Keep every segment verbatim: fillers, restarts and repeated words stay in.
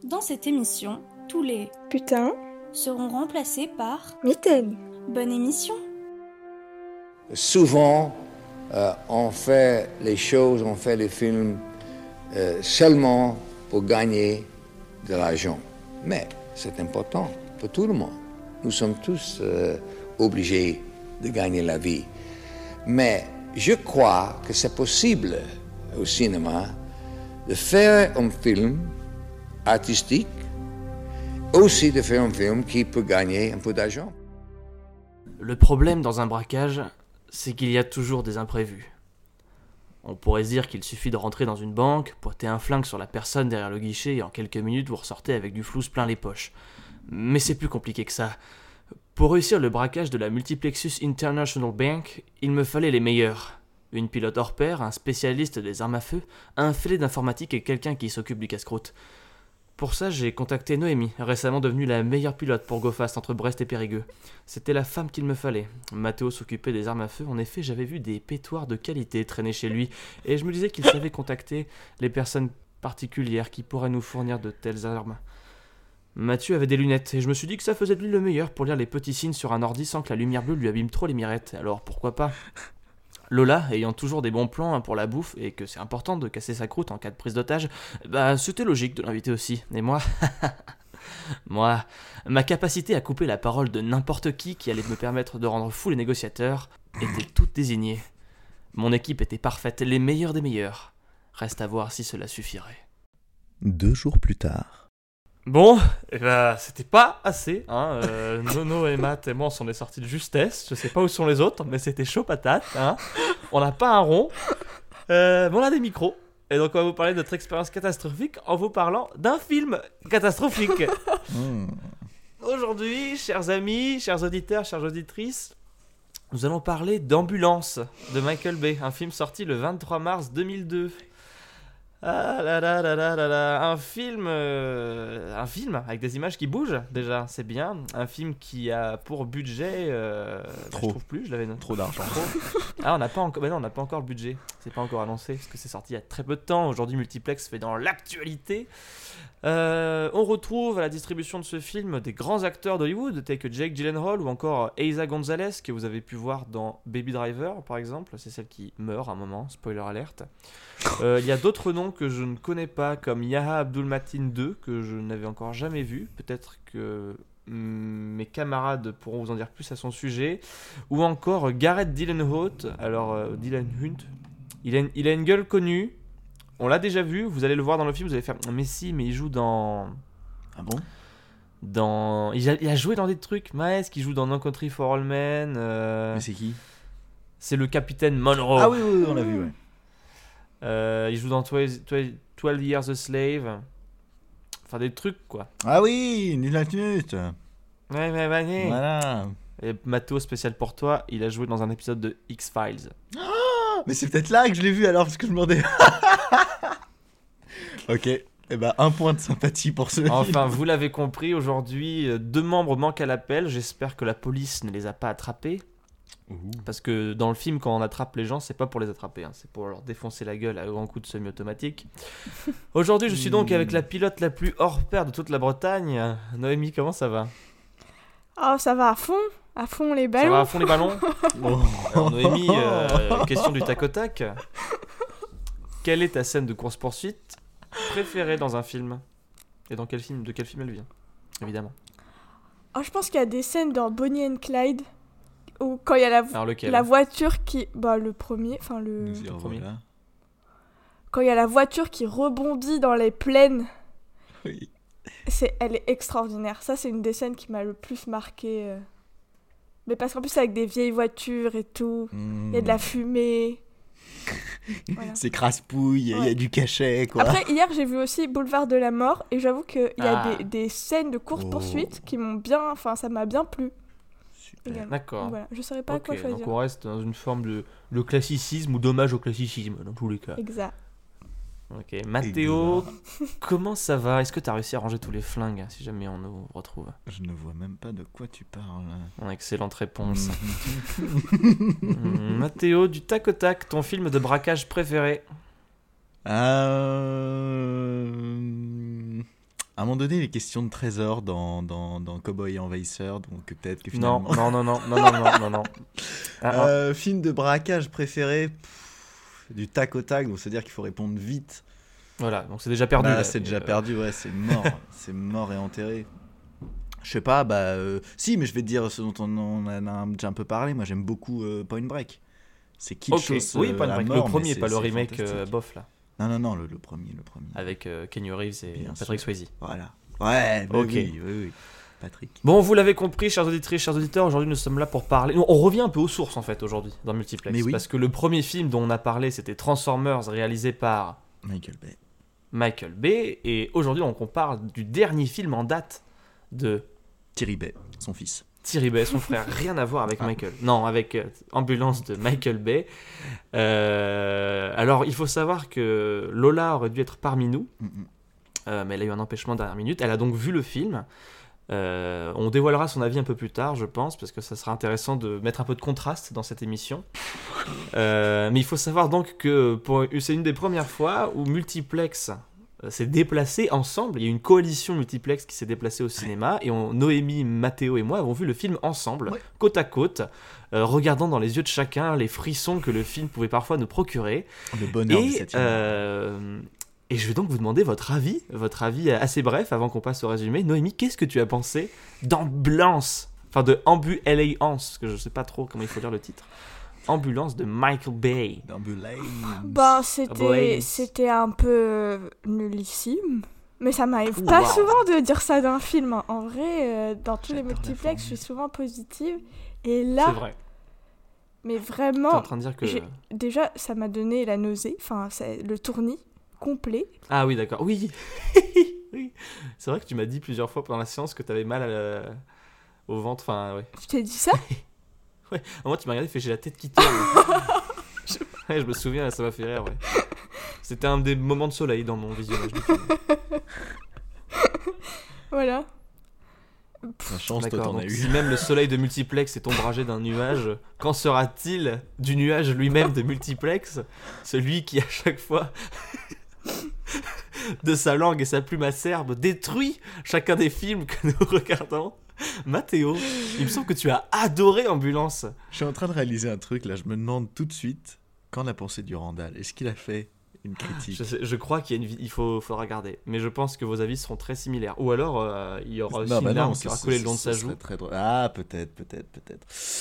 Dans cette émission, tous les Putain seront remplacés par Mitaine. Bonne émission. Souvent, euh, on fait les choses, on fait les films euh, seulement pour gagner de l'argent. Mais c'est important pour tout le monde. Nous sommes tous euh, obligés de gagner la vie. Mais je crois que c'est possible au cinéma de faire un film artistique, aussi de faire un film qui peut gagner un peu d'argent. Le problème dans un braquage, c'est qu'il y a toujours des imprévus. On pourrait se dire qu'il suffit de rentrer dans une banque, pointer un flingue sur la personne derrière le guichet et en quelques minutes vous ressortez avec du flouze plein les poches. Mais c'est plus compliqué que ça. Pour réussir le braquage de la Multiplexus International Bank, il me fallait les meilleurs. Une pilote hors pair, un spécialiste des armes à feu, un filet d'informatique et quelqu'un qui s'occupe du casse-croûte. Pour ça, j'ai contacté Noémie, récemment devenue la meilleure pilote pour Go Fast entre Brest et Périgueux. C'était la femme qu'il me fallait. Mathéo s'occupait des armes à feu. En effet, j'avais vu des pétoires de qualité traîner chez lui, et je me disais qu'il savait contacter les personnes particulières qui pourraient nous fournir de telles armes. Mathieu avait des lunettes, et je me suis dit que ça faisait de lui le meilleur pour lire les petits signes sur un ordi sans que la lumière bleue lui abîme trop les mirettes, alors pourquoi pas. Lola, ayant toujours des bons plans pour la bouffe et que c'est important de casser sa croûte en cas de prise d'otage, bah c'était logique de l'inviter aussi. Et moi, moi, ma capacité à couper la parole de n'importe qui qui allait me permettre de rendre fou les négociateurs était toute désignée. Mon équipe était parfaite, les meilleurs des meilleurs. Reste à voir si cela suffirait. Deux jours plus tard. Bon, eh ben, c'était pas assez, hein. Euh, Nono et Matt et moi on s'en est sortis de justesse. Je sais pas où sont les autres, mais c'était chaud patate, hein. On n'a pas un rond, euh, mais on a des micros. Et donc on va vous parler de notre expérience catastrophique en vous parlant d'un film catastrophique. Mmh. Aujourd'hui, chers amis, chers auditeurs, chères auditrices, nous allons parler d'Ambulance de Michael Bay, un film sorti le vingt-trois mars deux mille deux. Ah là là là là là là, un film, euh, un film avec des images qui bougent déjà, c'est bien. Un film qui a pour budget, euh, trop, bah, je trouve plus, je l'avais noté. Trop d'argent. Ah on n'a pas encore, bah non, on n'a pas encore le budget, c'est pas encore annoncé parce que c'est sorti il y a très peu de temps. Aujourd'hui Multiplex fait dans l'actualité. Euh, on retrouve à la distribution de ce film des grands acteurs d'Hollywood tels que Jake Gyllenhaal ou encore Eiza Gonzalez que vous avez pu voir dans Baby Driver par exemple, c'est celle qui meurt à un moment, spoiler alerte. Euh, il y a d'autres noms que je ne connais pas comme Yaha Abdul-Mateen deux que je n'avais encore jamais vu, peut-être que mm, mes camarades pourront vous en dire plus à son sujet, ou encore Gareth Dylan Hunt. Alors euh, Dylan Hunt, il a, une, il a une gueule connue. On l'a déjà vu, vous allez le voir dans le film, vous allez faire mais si, mais il joue dans. Ah bon? Dans. Il a, il a joué dans des trucs, Maes, qui joue dans No Country for All Men. Euh... Mais c'est qui? C'est le capitaine Monroe. Ah oui, oui, oui, on l'a vu, ouais. Euh, il joue dans twelve, twelve, twelve Years a Slave. Enfin, des trucs, quoi. Ah oui, nul à nut. Ouais, ouais, ouais. Voilà. Et Mathéo, spécial pour toi, il a joué dans un épisode de X-Files. Mais c'est peut-être là que je l'ai vu alors, parce que je me demandais. Ok, et eh ben un point de sympathie pour ce Enfin, film. vous l'avez compris, aujourd'hui, deux membres manquent à l'appel. J'espère que la police ne les a pas attrapés. Ouh. Parce que dans le film, quand on attrape les gens, c'est pas pour les attraper, hein, c'est pour leur défoncer la gueule à grands coups de semi-automatique. Aujourd'hui, je suis donc avec la pilote la plus hors pair de toute la Bretagne. Noémie, comment ça va? Oh, ça va à fond, à fond les Ça ballons. va à fond les ballons? Oh. Alors, Noémie, euh, question du tac au tac. Quelle est ta scène de course-poursuite préférée dans un film? Et dans quel film? De quel film elle vient? Évidemment. Oh, je pense qu'il y a des scènes dans Bonnie and Clyde où quand il y a la, vo- Alors lequel? la voiture qui, bah le premier, enfin le, Nous y premier. revoilà. quand il y a la voiture qui rebondit dans les plaines, Oui. c'est, elle est extraordinaire. Ça, c'est une des scènes qui m'a le plus marqué. euh. Mais parce qu'en plus c'est avec des vieilles voitures et tout, il Mmh. y a de la fumée. Voilà. C'est crasse-pouille, il y a Ouais. du cachet, quoi. Après, hier, j'ai vu aussi Boulevard de la Mort et j'avoue qu'il y a Ah. des, des scènes de course-poursuite Oh. qui m'ont bien. Enfin, ça m'a bien plu. Super. également. D'accord. Donc Voilà, je saurais pas Ok, quoi choisir. donc on reste dans une forme de le classicisme ou d'hommage au classicisme dans tous les cas. Exact. Ok, Mathéo, comment ça va? Est-ce que tu as réussi à ranger tous les flingues si jamais on nous retrouve? Je ne vois même pas de quoi tu parles. Une excellente réponse. Mhm. Hmm, Mathéo, du tac au tac, ton film de braquage préféré? Euh... À un moment donné, les questions de trésor dans, dans, dans Cowboy et Envahisseur, donc peut-être que Non, finalement... non, non, non, non, non, non, non, non. Ah, ah. Euh, film de braquage préféré, pff, du tac au tac, donc c'est-à-dire qu'il faut répondre vite. Voilà, donc c'est déjà perdu. Bah, là. c'est déjà Euh, perdu, ouais, c'est mort, c'est mort et enterré. Je sais pas, bah euh, si, mais je vais te dire ce dont on, on en a déjà un peu parlé. Moi, j'aime beaucoup euh, Point Break. C'est kill Ok, chose, oui, euh, Point à Break, mort, le mais premier, c'est- pas le c'est remake euh, fantastique. bof là, Non, non, non, le, le premier, le premier. avec euh, Keanu Reeves et Bien Patrick sûr. Swayze. Voilà. Ouais, bah Ok. oui, oui, oui. Patrick. Bon, vous l'avez compris, chers auditrices, chers auditeurs, aujourd'hui nous sommes là pour parler. On revient un peu aux sources en fait aujourd'hui dans Multiplex, Mais oui. parce que le premier film dont on a parlé, c'était Transformers, réalisé par Michael Bay. Michael Bay, et aujourd'hui donc, on parle du dernier film en date de Thierry Bay, son fils. Thierry Bay, son frère, rien à voir avec Michael. Non, avec euh, Ambulance de Michael Bay. Euh, alors, il faut savoir que Lola aurait dû être parmi nous, Mm, mm. euh, mais elle a eu un empêchement dernière minute. Elle a donc vu le film. Euh, on dévoilera son avis un peu plus tard, je pense, parce que ça sera intéressant de mettre un peu de contraste dans cette émission. Euh, mais il faut savoir donc que pour, c'est une des premières fois où Multiplex euh, s'est déplacé ensemble. Il y a une coalition Multiplex qui s'est déplacée au cinéma, et on, Noémie, Mathéo et moi avons vu le film ensemble, Ouais. côte à côte, euh, regardant dans les yeux de chacun les frissons que le film pouvait parfois nous procurer. Le bonheur du Et, septième. euh, et je vais donc vous demander votre avis, votre avis assez bref avant qu'on passe au résumé. Noémie, qu'est-ce que tu as pensé d'Ambulance, enfin de Ambulance, parce que je sais pas trop comment il faut dire le titre. Ambulance de Michael Bay. D'ambulance. Ben, c'était, Blaze. c'était un peu euh, nullissime. Mais ça m'arrive Ouh, pas wow. souvent de dire ça d'un film. hein. En vrai, euh, dans tous les J'adore la multiplex, je formule. suis souvent positive. Et C'est là, vrai. mais T'es vraiment, en train de dire que... j'ai- déjà, ça m'a donné la nausée. Enfin, c'est le tournis complet. Ah oui, d'accord. Oui. Oui. C'est vrai que tu m'as dit plusieurs fois pendant la séance que t'avais mal à la- au ventre. Enfin, ouais. Je t'ai dit ça À un moment, tu m'as regardé, fait j'ai la tête qui tourne. Ouais, je me souviens, ça m'a fait rire, ouais. C'était un des moments de soleil dans mon visionnage du film. Voilà. La chance, toi, D'accord, t'en as donc eu. si même le soleil de Multiplex est ombragé d'un nuage, qu'en sera-t-il du nuage lui-même de Multiplex? Celui qui, à chaque fois, de sa langue et sa plume acerbe, détruit chacun des films que nous regardons. Mathéo, il me semble que tu as adoré Ambulance. Je suis en train de réaliser un truc, là. Je me demande tout de suite, qu'en a pensé Durandal? Est-ce qu'il a fait une critique? Je, sais- je crois qu'il y a une, vi- il faut, faudra regarder, mais je pense que vos avis seront très similaires. Ou alors, euh, il y aura aussi Non, bah une non, larme ce- qui aura ce- coulé le ce- long de sa ce joue. serait très drôle. Ah, peut-être, peut-être, peut-être.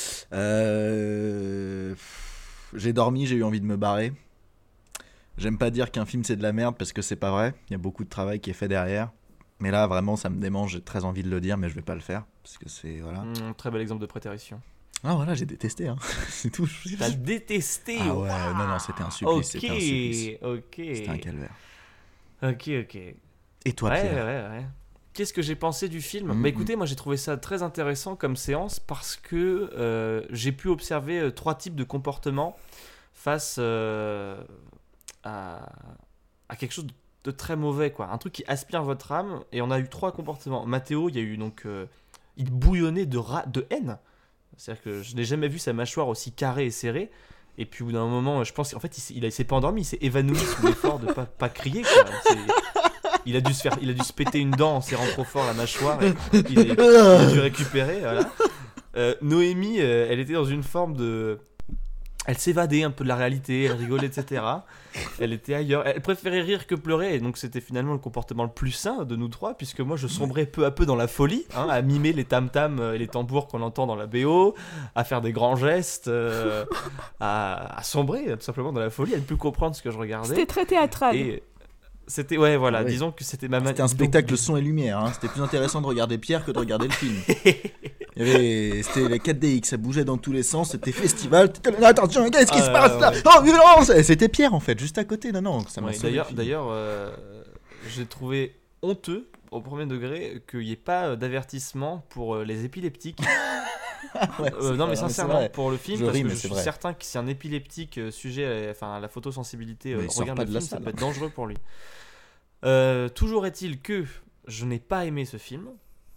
Euh... J'ai dormi, j'ai eu envie de me barrer. J'aime pas dire qu'un film c'est de la merde parce que c'est pas vrai. Il y a beaucoup de travail qui est fait derrière. Mais là, vraiment, ça me démange. J'ai très envie de le dire, mais je vais pas le faire parce que c'est voilà. Mmh, très bel exemple de prétérition. Ah voilà, j'ai détesté. Hein. c'est tout. T'as détesté. Ah ouais, waouh. non non, c'était un supplice. Ok, C'était un supplice. ok. C'était un calvaire. Ok, ok. Et toi, Ouais, Pierre? ouais, ouais. Qu'est-ce que j'ai pensé du film? Mhm. Bah écoutez, moi j'ai trouvé ça très intéressant comme séance parce que euh, j'ai pu observer euh, trois types de comportements face euh, à, à quelque chose de, de très mauvais, quoi. Un truc qui aspire votre âme, et on a eu trois comportements. Mathéo, il y a eu donc... euh, il bouillonnait de, ra- de haine. C'est-à-dire que je n'ai jamais vu sa mâchoire aussi carrée et serrée. Et puis au bout d'un moment, je pense qu'en fait, il, s'est- il, a- il s'est pas endormi, il s'est évanoui sous l'effort de pas, pas crier, quoi. C'est- Il a dû se faire, il a dû se péter une dent en serrant trop fort la mâchoire. Et il, est- il a dû récupérer. Voilà. Euh, Noémie, euh, elle était dans une forme de, elle s'évadait un peu de la réalité, elle rigolait, et cetera. Elle était ailleurs. Elle préférait rire que pleurer, et donc c'était finalement le comportement le plus sain de nous trois, puisque moi je sombrais peu à peu dans la folie, hein, à mimer les tam-tams et les tambours qu'on entend dans la B O, à faire des grands gestes, euh, à, à sombrer tout simplement dans la folie, à ne plus comprendre ce que je regardais. C'était très théâtral. Et c'était, ouais, voilà, Ah oui. disons que c'était ma C'était un spectacle son et lumière. Hein. C'était plus intéressant de regarder Pierre que de regarder le film. Il y avait, c'était les quatre D X, ça bougeait dans tous les sens, c'était festival. T'étais là, attention, qu'est-ce qui Ah, se passe là? ouais. Oh, violence! Et c'était Pierre en fait, juste à côté. Non, non, ça m'a Ouais, sauvé le d'ailleurs, film. d'ailleurs euh, j'ai trouvé honteux au premier degré qu'il n'y ait pas euh, d'avertissement pour euh, les épileptiques. Ouais, Euh, c'est non, vrai, mais c'est sincèrement, vrai. pour le film, Je parce ris, que mais je c'est suis vrai. certain que si un épileptique euh, sujet à, enfin, à la photosensibilité euh, Mais il sort regarde pas le de la film, ça salle. peut être dangereux pour lui. Euh, toujours est-il que je n'ai pas aimé ce film.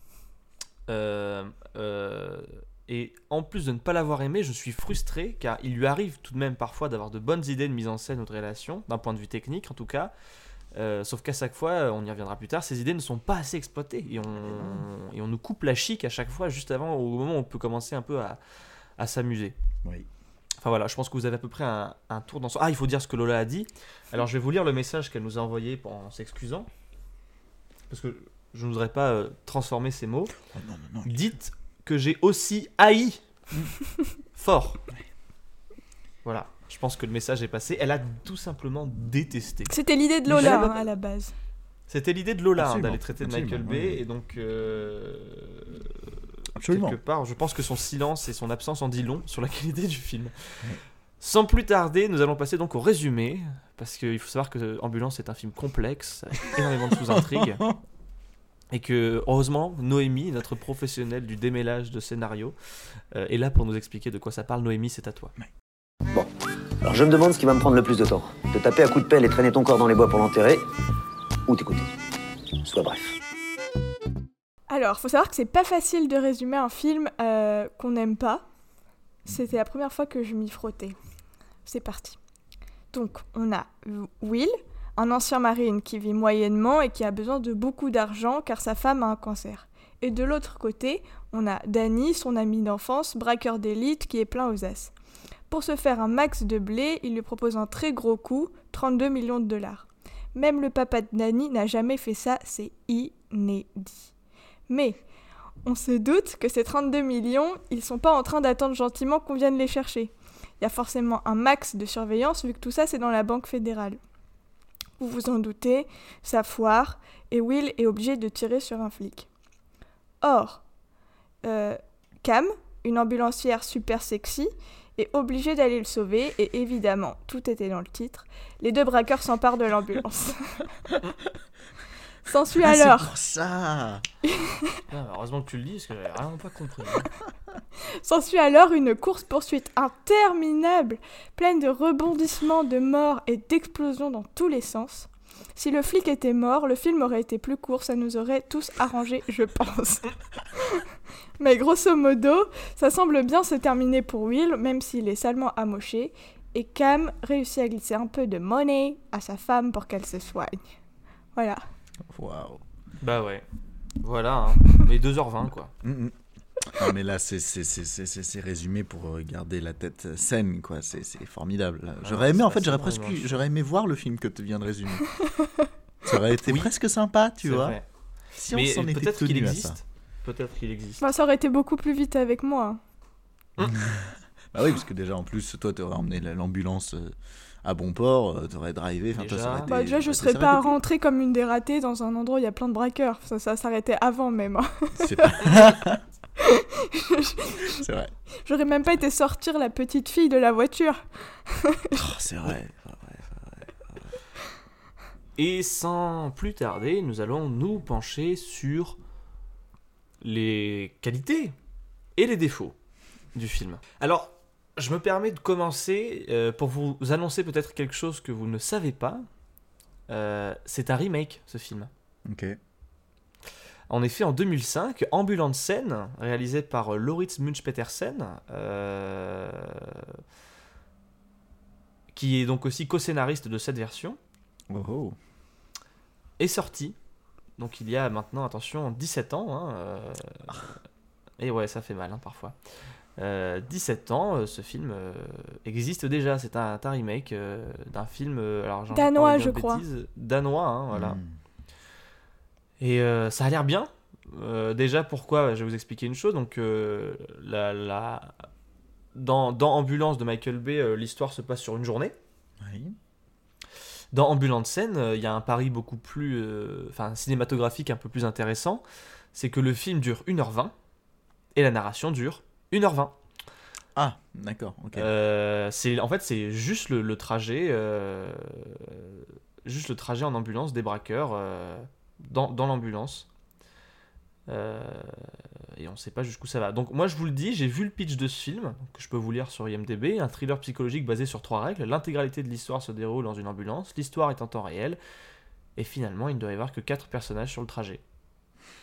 Euh, euh, et en plus de ne pas l'avoir aimé, je suis frustré car il lui arrive tout de même parfois d'avoir de bonnes idées de mise en scène ou de relation, d'un point de vue technique en tout cas. Euh, sauf qu'à chaque fois, on y reviendra plus tard, ces idées ne sont pas assez exploitées et on, et on nous coupe la chic à chaque fois, juste avant, au moment où on peut commencer un peu à, à s'amuser. Oui. Enfin voilà, je pense que vous avez à peu près un, un tour dans son... Ah, il faut dire ce que Lola a dit. Alors je vais vous lire le message qu'elle nous a envoyé en s'excusant, parce que je ne voudrais pas euh, transformer ces mots. Oh, non, non, non. Dites que j'ai aussi haï fort. Voilà. Je pense que le message est passé. Elle a tout simplement détesté. C'était l'idée de Mais Lola j'avais- hein, à la base. C'était l'idée de Lola hein, Absolument, d'aller traiter de absolument, Michael oui, Bay. oui. Et donc, euh, Absolument. quelque part, je pense que son silence et son absence en dit long sur la qualité du film. Sans plus tarder, nous allons passer donc au résumé. Parce qu'il faut savoir que Ambulance est un film complexe, avec énormément de sous-intrigues. Et que, heureusement, Noémie, notre professionnelle du démêlage de scénario, euh, est là pour nous expliquer de quoi ça parle. Noémie, c'est à toi. Bon, alors je me demande ce qui va me prendre le plus de temps. Te taper à coups de pelle et traîner ton corps dans les bois pour l'enterrer, ou t'écouter. Sois bref. Alors, faut savoir que c'est pas facile de résumer un film euh, qu'on n'aime pas. C'était la première fois que je m'y frottais. C'est parti. Donc, on a Will, un ancien marine qui vit moyennement et qui a besoin de beaucoup d'argent car sa femme a un cancer. Et de l'autre côté, on a Danny, son ami d'enfance, braqueur d'élite qui est plein aux as. Pour se faire un max de blé, il lui propose un très gros coup, trente-deux millions de dollars. Même le papa de Danny n'a jamais fait ça, c'est inédit. Mais on se doute que ces trente-deux millions, ils sont pas en train d'attendre gentiment qu'on vienne les chercher. Il y a forcément un max de surveillance vu que tout ça c'est dans la banque fédérale. Vous vous en doutez, ça foire et Will est obligé de tirer sur un flic. Or, euh, Cam, une ambulancière super sexy, est obligée d'aller le sauver et évidemment, tout était dans le titre, les deux braqueurs s'emparent de l'ambulance. S'ensuit Ah, alors... c'est pour ça. Ah, heureusement que tu le dis, parce que j'avais vraiment pas compris. S'ensuit alors une course-poursuite interminable, pleine de rebondissements, de morts et d'explosions dans tous les sens. Si le flic était mort, le film aurait été plus court, ça nous aurait tous arrangé, je pense. Mais grosso modo, ça semble bien se terminer pour Will, même s'il est salement amoché, et Cam réussit à glisser un peu de money à sa femme pour qu'elle se soigne. Voilà. Waouh. Bah ouais. Voilà, hein. Mais deux heures vingt quoi. Mm-mm. Non, mais là, c'est, c'est, c'est, c'est, c'est, c'est résumé pour garder la tête saine, quoi. C'est, c'est formidable. Là. J'aurais Ah, aimé, c'est en fait, j'aurais assez presque, moche. j'aurais aimé voir le film que tu viens de résumer. Ça aurait été Oui. presque sympa, tu C'est vois. vrai. Si Mais on s'en était peut-être qu'il tenu à ça. existe. Peut-être qu'il existe. Bah, ça aurait été beaucoup plus vite avec moi. Bah oui, parce que déjà, en plus, toi, t'aurais emmené la- l'ambulance euh, à bon port, euh, t'aurais drivé. Enfin, toi, Déjà. ça aurait été- Bah, déjà, je ça serais aurait pas été cool. rentrée comme une dératée dans un endroit où il y a plein de braqueurs. Ça, ça s'arrêtait avant même. hein. C'est pas... c'est vrai. J'aurais même pas été sortir la petite fille de la voiture. Oh, c'est vrai. Et sans plus tarder, nous allons nous pencher sur les qualités et les défauts du film. Alors, je me permets de commencer euh, pour vous annoncer peut-être quelque chose que vous ne savez pas. Euh, c'est un remake, ce film. Ok. En effet, en deux mille cinq, Ambulance Scène, réalisé par Lauritz Munch-Petersen, euh, qui est donc aussi co-scénariste de cette version, Oh, oh. est sorti. Donc il y a maintenant, attention, dix-sept ans. Hein, euh, et ouais, ça fait mal hein, parfois. Euh, dix-sept ans, euh, ce film euh, existe déjà. C'est un, un remake euh, d'un film euh, alors, j'en ai pas Danois, envie de je dire de crois. bêtises, danois, hein, voilà. Mm. Et euh, ça a l'air bien. Euh, déjà, pourquoi ? Je vais vous expliquer une chose. Donc, euh, la, la... Dans, dans Ambulance de Michael Bay, euh, l'histoire se passe sur une journée. Oui. Dans Ambulance Scène, il euh, y a un pari beaucoup plus euh, enfin, cinématographique, un peu plus intéressant. C'est que le film dure une heure vingt et la narration dure une heure vingt. Ah, d'accord. Ok. Euh, c'est, en fait, c'est juste le, le trajet, euh, juste le trajet en ambulance des braqueurs euh, dans, dans l'ambulance. Euh, et on ne sait pas jusqu'où ça va. Donc moi je vous le dis, j'ai vu le pitch de ce film, que je peux vous lire sur I M D B, un thriller psychologique basé sur trois règles. L'intégralité de l'histoire se déroule dans une ambulance, l'histoire est en temps réel, et finalement il ne doit y avoir que quatre personnages sur le trajet.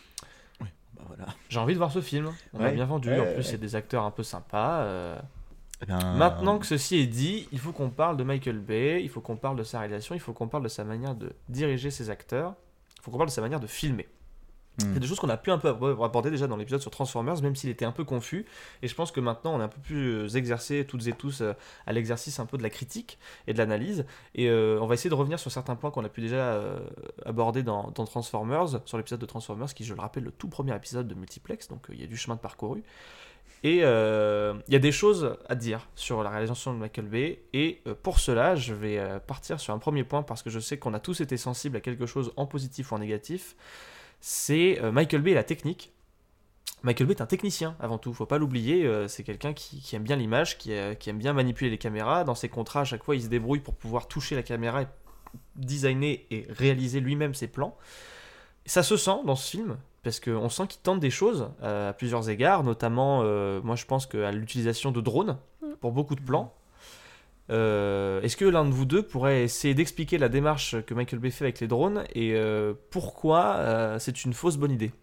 Bah voilà. J'ai envie de voir ce film, on m'a Ouais. bien vendu, Ouais, en ouais, plus il y a ouais. des acteurs un peu sympas. euh, Eh bien, Maintenant que ceci est dit, il faut qu'on parle de Michael Bay, il faut qu'on parle de sa réalisation, il faut qu'on parle de sa manière de diriger ses acteurs, il faut qu'on parle de sa manière de filmer. Hmm. C'est des choses qu'on a pu un peu aborder déjà dans l'épisode sur Transformers, même s'il était un peu confus. Et je pense que maintenant, on est un peu plus exercés, toutes et tous, euh, à l'exercice un peu de la critique et de l'analyse. Et euh, on va essayer de revenir sur certains points qu'on a pu déjà euh, aborder dans, dans Transformers, sur l'épisode de Transformers, qui, je le rappelle, le tout premier épisode de Multiplex, donc euh, il y a du chemin de parcouru. Et euh, il y a des choses à dire sur la réalisation de Michael Bay. Et euh, pour cela, je vais euh, partir sur un premier point, parce que je sais qu'on a tous été sensibles à quelque chose en positif ou en négatif. C'est euh, Michael Bay et la technique. Michael Bay est un technicien avant tout, faut pas l'oublier, euh, c'est quelqu'un qui, qui aime bien l'image, qui, euh, qui aime bien manipuler les caméras. Dans ses contrats, à chaque fois, il se débrouille pour pouvoir toucher la caméra et designer et réaliser lui-même ses plans. Ça se sent dans ce film, parce qu'on sent qu'il tente des choses euh, à plusieurs égards, notamment, euh, moi je pense qu'à l'utilisation de drones pour beaucoup de plans. Euh, est-ce que l'un de vous deux pourrait essayer d'expliquer la démarche que Michael Bay fait avec les drones et euh, pourquoi euh, c'est une fausse bonne idée?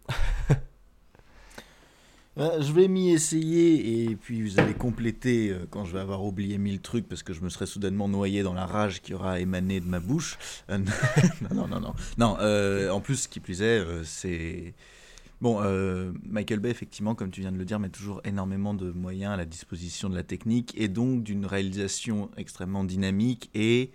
Euh, je vais m'y essayer et puis vous allez compléter euh, quand je vais avoir oublié mille trucs parce que je me serai soudainement noyé dans la rage qui aura émané de ma bouche. Euh, non, non, non, non. non euh, en plus, ce qui plus est, euh, c'est... Bon, euh, Michael Bay, effectivement, comme tu viens de le dire, met toujours énormément de moyens à la disposition de la technique et donc d'une réalisation extrêmement dynamique et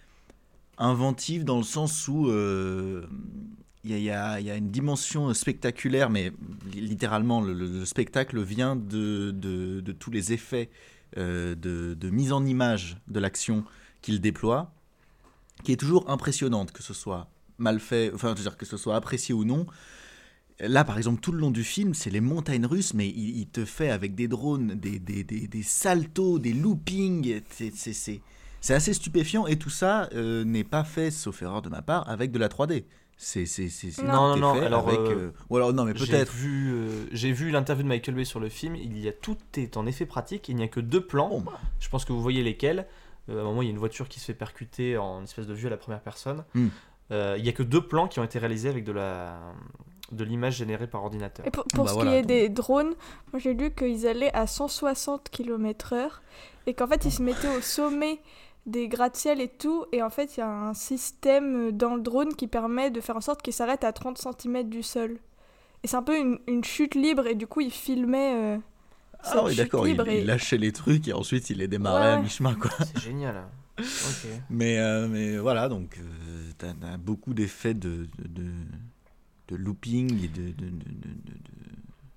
inventive dans le sens où euh, il y, y, y a une dimension spectaculaire, mais littéralement, le, le spectacle vient de, de, de tous les effets euh, de, de mise en image de l'action qu'il déploie, qui est toujours impressionnante, que ce soit mal fait, enfin, je veux dire, que ce soit apprécié ou non. Là, par exemple, tout le long du film, c'est les montagnes russes, mais il, il te fait avec des drones, des, des, des, des saltos, des loopings. C'est, c'est, c'est, c'est assez stupéfiant. Et tout ça euh, n'est pas fait, sauf erreur de ma part, avec de la trois D. C'est, c'est, c'est, c'est non, non, non. fait Alors, avec, euh, euh, ou alors, non, mais peut-être. J'ai vu, euh, j'ai vu l'interview de Michael Bay sur le film. Il y a, tout est en effet pratique. Il n'y a que deux plans. Bon, bah. Je pense que vous voyez lesquels. Euh, à un moment, il y a une voiture qui se fait percuter en espèce de vue à la première personne. Mm. Euh, il n'y a que deux plans qui ont été réalisés avec de la... de l'image générée par ordinateur. Et pour, pour Bah ce voilà, qui est donc. des drones, moi j'ai lu qu'ils allaient à cent soixante kilomètres heure et qu'en fait ils se mettaient au sommet des gratte-ciel et tout, et en fait il y a un système dans le drone qui permet de faire en sorte qu'il s'arrête à trente centimètres du sol. Et c'est un peu une, une chute libre, et du coup ils filmaient euh, cette Ah oui, chute d'accord, il, libre. et... il lâchait les trucs et ensuite il les démarrait Ouais. à mi-chemin, quoi. C'est génial. Ok. Mais, euh, mais voilà, donc euh, t'as, t'as beaucoup d'effets de, de, de, de looping et de, de, de, de, de,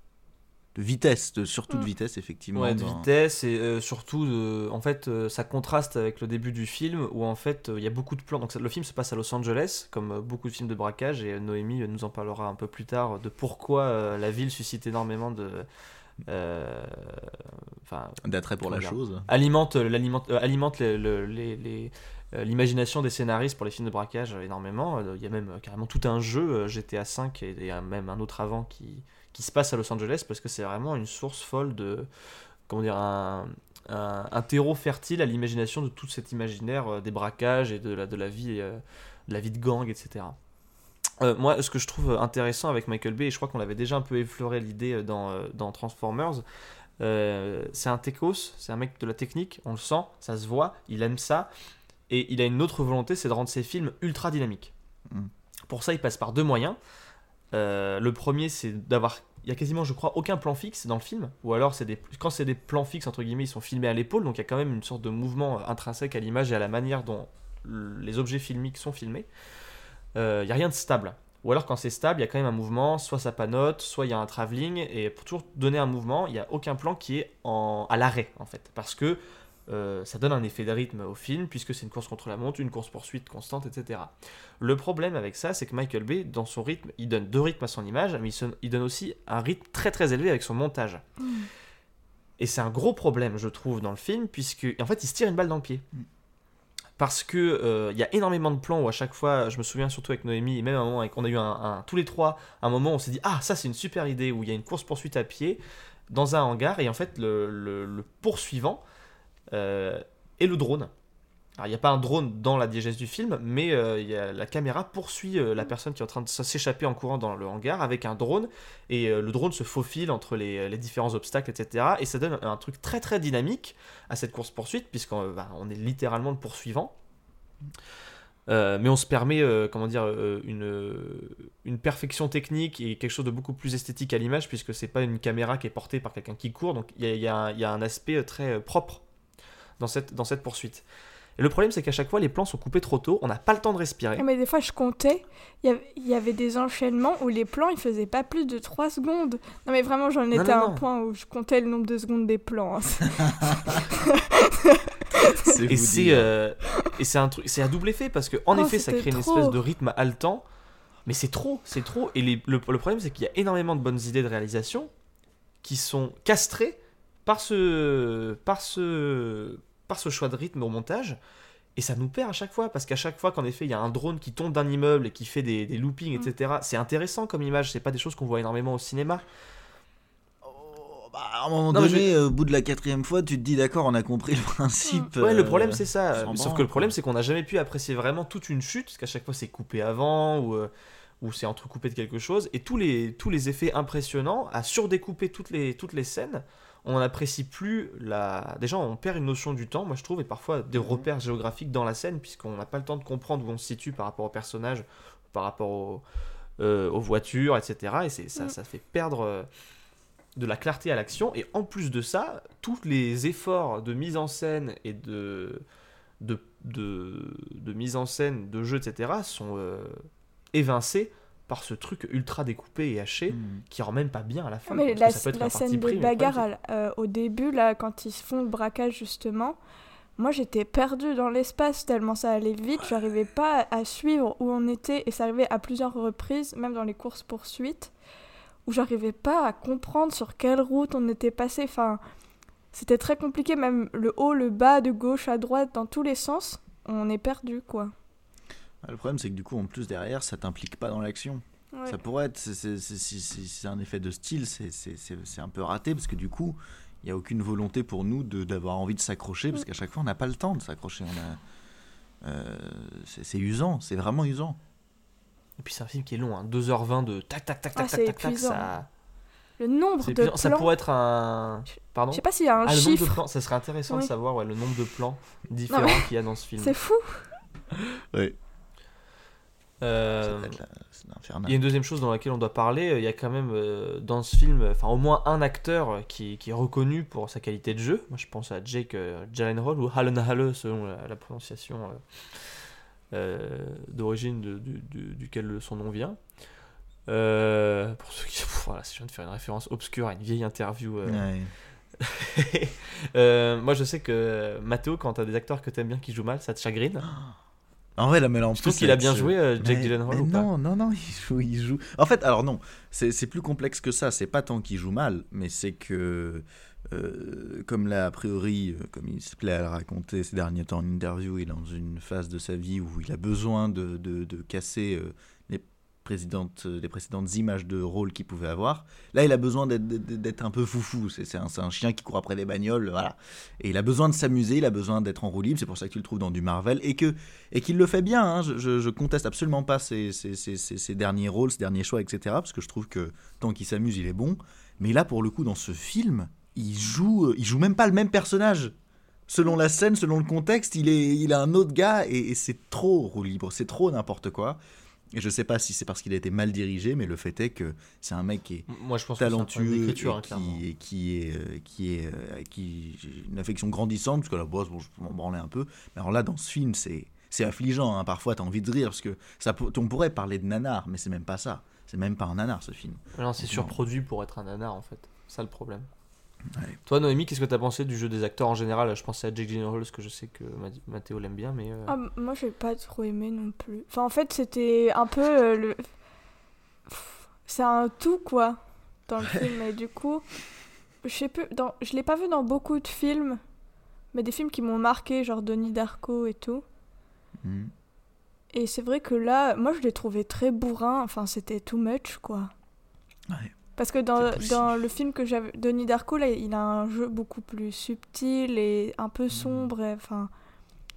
de vitesse, de, surtout de Mm. vitesse, effectivement. Ouais, de dans- vitesse et euh, surtout, de, en fait, euh, ça contraste avec le début du film où en fait il euh, y a beaucoup de plans. Donc ça- le film se passe à Los Angeles, comme euh, beaucoup de films de braquage, et euh, Noémie euh, nous en parlera un peu plus tard de pourquoi euh, la ville suscite énormément de, euh, enfin, D'attrait pour la Comment dire chose. alimente, euh, l'alimente, euh, alimente le- le- les, les, euh, l'imagination des scénaristes pour les films de braquage euh, énormément. Euh, Il y a même euh, carrément tout un jeu euh, G T A cinq et, et un- même un autre avant qui, qui se passe à Los Angeles parce que c'est vraiment une source folle de, comment dire, un, un, un terreau fertile à l'imagination de tout cet imaginaire euh, des braquages et de la, de la vie, euh, de la vie de gang, et cetera. Euh, moi, ce que je trouve intéressant avec Michael Bay, et je crois qu'on l'avait déjà un peu effleuré l'idée euh, dans, euh, dans Transformers, euh, c'est un techos, c'est un mec de la technique, on le sent, ça se voit, il aime ça, et il a une autre volonté, c'est de rendre ses films ultra dynamiques. Mm. Pour ça, il passe par deux moyens. Euh, le premier, c'est d'avoir, il y a quasiment, je crois, aucun plan fixe dans le film, ou alors c'est des, quand c'est des plans fixes entre guillemets, ils sont filmés à l'épaule, donc il y a quand même une sorte de mouvement intrinsèque à l'image et à la manière dont les objets filmiques sont filmés. Il euh, n'y a rien de stable. Ou alors quand c'est stable, il y a quand même un mouvement, soit ça panote, soit il y a un travelling, et pour toujours donner un mouvement, il n'y a aucun plan qui est en, à l'arrêt en fait, parce que euh, ça donne un effet de rythme au film, puisque c'est une course contre la montre, une course-poursuite constante, et cetera. Le problème avec ça, c'est que Michael Bay, dans son rythme, il donne deux rythmes à son image, mais il, se, il donne aussi un rythme très très élevé avec son montage. Mm. Et c'est un gros problème, je trouve, dans le film, puisque en fait, il se tire une balle dans le pied. Mm. Parce que euh, il y a énormément de plans où à chaque fois, je me souviens surtout avec Noémie, et même à un moment, avec, on a eu un, un- tous les trois, un moment où on s'est dit ah ça c'est une super idée, où il y a une course poursuite à pied dans un hangar, et en fait le, le, le poursuivant euh, est le drone. Alors, il n'y a pas un drone dans la diégèse du film, mais euh, y a, la caméra poursuit euh, la personne qui est en train de s'échapper en courant dans le hangar avec un drone, et euh, le drone se faufile entre les, les différents obstacles, et cetera. Et ça donne un, un truc très très dynamique à cette course-poursuite, puisqu'on bah, on est littéralement le poursuivant. Euh, mais on se permet, euh, comment dire, euh, une, une perfection technique et quelque chose de beaucoup plus esthétique à l'image, puisque c'est pas une caméra qui est portée par quelqu'un qui court, donc il y a, y a, y a un aspect très propre dans cette, dans cette poursuite. Et le problème, c'est qu'à chaque fois, les plans sont coupés trop tôt, on n'a pas le temps de respirer. Mais des fois, je comptais, il y avait, il y avait des enchaînements où les plans, ils faisaient pas plus de trois secondes. Non mais vraiment, j'en étais non, à non, un non. point où je comptais le nombre de secondes des plans. Hein. C'est Et vous c'est, dire. euh, et c'est un truc, c'est à double effet, parce que en Oh, effet, ça c'était crée une trop. espèce de rythme haletant, mais c'est trop, c'est trop. Et les- le, le problème, c'est qu'il y a énormément de bonnes idées de réalisation qui sont castrées par ce, par ce, par ce choix de rythme au montage. Et ça nous perd à chaque fois, parce qu'à chaque fois qu'en effet il y a un drone qui tombe d'un immeuble et qui fait des, des loopings, et cetera, c'est intéressant comme image, c'est pas des choses qu'on voit énormément au cinéma. Oh, bah, à un moment Non, mais donné, euh, au bout de la quatrième fois, tu te dis d'accord, on a compris le principe. Ouais, le euh, problème c'est ça. sans Sauf branle, que le problème quoi. c'est qu'on n'a jamais pu apprécier vraiment toute une chute, parce qu'à chaque fois c'est coupé avant, ou, euh, ou c'est entrecoupé de quelque chose, et tous les, tous les effets impressionnants, à surdécouper toutes les, toutes les scènes, on n'apprécie plus la... Déjà, on perd une notion du temps, moi je trouve, et parfois des repères géographiques dans la scène, puisqu'on n'a pas le temps de comprendre où on se situe par rapport aux personnages, par rapport aux, euh, aux voitures, et cetera. Et c'est, ça, Mm. ça fait perdre euh, de la clarté à l'action. Et en plus de ça, tous les efforts de mise en scène et de, de, de, de mise en scène, de jeu, et cetera, sont euh, évincés par ce truc ultra découpé et haché Hmm. qui rend même pas bien à la fin. Mais parce la, que ça peut être la un parti scène pris, de mais le problème, bagarre à- euh, au début, là, quand ils se font le braquage justement, moi j'étais perdue dans l'espace tellement ça allait vite, j'arrivais pas à suivre où on était et ça arrivait à plusieurs reprises, même dans les courses-poursuites, où j'arrivais pas à comprendre sur quelle route on était passé. Enfin, c'était très compliqué, même le haut, le bas, de gauche à droite, dans tous les sens, on est perdu quoi. Le problème, c'est que du coup, en plus, derrière, ça t'implique pas dans l'action. Ouais. Ça pourrait être, c'est, c'est, c'est, si, si c'est un effet de style, c'est, c'est, c'est, c'est un peu raté parce que du coup, il n'y a aucune volonté pour nous de, d'avoir envie de s'accrocher parce qu'à chaque fois, on n'a pas le temps de s'accrocher. On a, euh, c'est, c'est usant, c'est vraiment usant. Et puis c'est un film qui est long, hein, deux heures vingt de tac tac tac Ah, tac c'est tac tac, épuisant. ça... Le nombre c'est de épuisant. Ça plans, pourrait être un... Pardon je sais pas s'il y a un Ah, le nombre de chiffre, plans, ça serait intéressant de Oui. savoir ouais, le nombre de plans différents Non, mais- qu'il y a dans ce film. c'est fou. Oui. Euh, Ça va être la- c'est Il y a infernal. une deuxième chose dans laquelle on doit parler, euh, il y a quand même euh, dans ce film, enfin au moins un acteur euh, qui, qui est reconnu pour sa qualité de jeu. Moi je pense à Jake euh, Gyllenhaal ou Hallenhalle selon la, la prononciation euh, euh, d'origine de, du, du- duquel son nom vient. Euh, pour ceux qui... Pff, voilà, si je viens de faire une référence obscure à une vieille interview. euh, Ouais. Euh, moi je sais que Mathéo, quand t'as des acteurs que t'aimes bien qui jouent mal, ça te chagrine. En vrai, là, mais là, en Je plus, trouve qu'il a c'est- bien c'est- joué, euh, Jake Mais- Gyllenhaal, mais ou pas non, non, non, il joue, il joue. En fait, alors non, c'est c'est plus complexe que ça. C'est pas tant qu'il joue mal, mais c'est que, euh, comme là, a priori, euh, comme il se plaît à le raconter ces derniers temps en interview, il est dans une phase de sa vie où il a besoin de, de, de casser euh, les précédentes, les précédentes images de rôle qu'il pouvait avoir. Là, il a besoin d'être, d'être d'être un peu foufou. C'est c'est un, c'est un chien qui court après les bagnoles, voilà. Et il a besoin de s'amuser, il a besoin d'être en roue libre. C'est pour ça que tu le trouves dans du Marvel et que et qu'il le fait bien. Hein. Je, je, je conteste absolument pas ses, ses, ses, ses, ses derniers rôles, ses derniers choix, et cetera. Parce que je trouve que tant qu'il s'amuse, il est bon. Mais là, pour le coup, dans ce film, il joue, euh, il joue même pas le même personnage. Selon la scène, selon le contexte, il est, il a un autre gars et, et c'est trop roue libre, c'est trop n'importe quoi. Et je sais pas si c'est parce qu'il a été mal dirigé, mais le fait est que c'est un mec qui est Moi je pense que c'est un problème talentueux d'écriture, et, hein, clairement. qui, et qui est euh, qui est euh, avec qui j'ai une affection grandissante parce que la bosse bon, je m'en branlais un peu, mais alors là dans ce film c'est c'est affligeant, hein. Parfois t'as envie de rire parce que ça peut- on pourrait parler de nanar, mais c'est même pas ça, c'est même pas un nanar ce film. Non, c'est Non. surproduit pour être un nanar en fait. C'est ça le problème. Ouais. Toi, Noémie, qu'est-ce que t'as pensé du jeu des acteurs en général? Je pensais à Jake Gyllenhaal, parce que je sais que Ma- Mathéo l'aime bien, mais. euh, Ah, m- moi, j'ai pas trop aimé non plus. Enfin, en fait, c'était un peu euh, le. Pff, c'est un tout, quoi, dans le film. Et du coup, je sais plus. Dans... Je l'ai pas vu dans beaucoup de films, mais des films qui m'ont marqué, genre Donnie Darko et tout. Mhm. Et c'est vrai que là, moi, je l'ai trouvé très bourrin. Enfin, c'était too much, quoi. Ouais. Parce que dans, C'est possible. dans le film que j'avais, Donnie Darko, là, il a un jeu beaucoup plus subtil et un peu sombre. et, Enfin,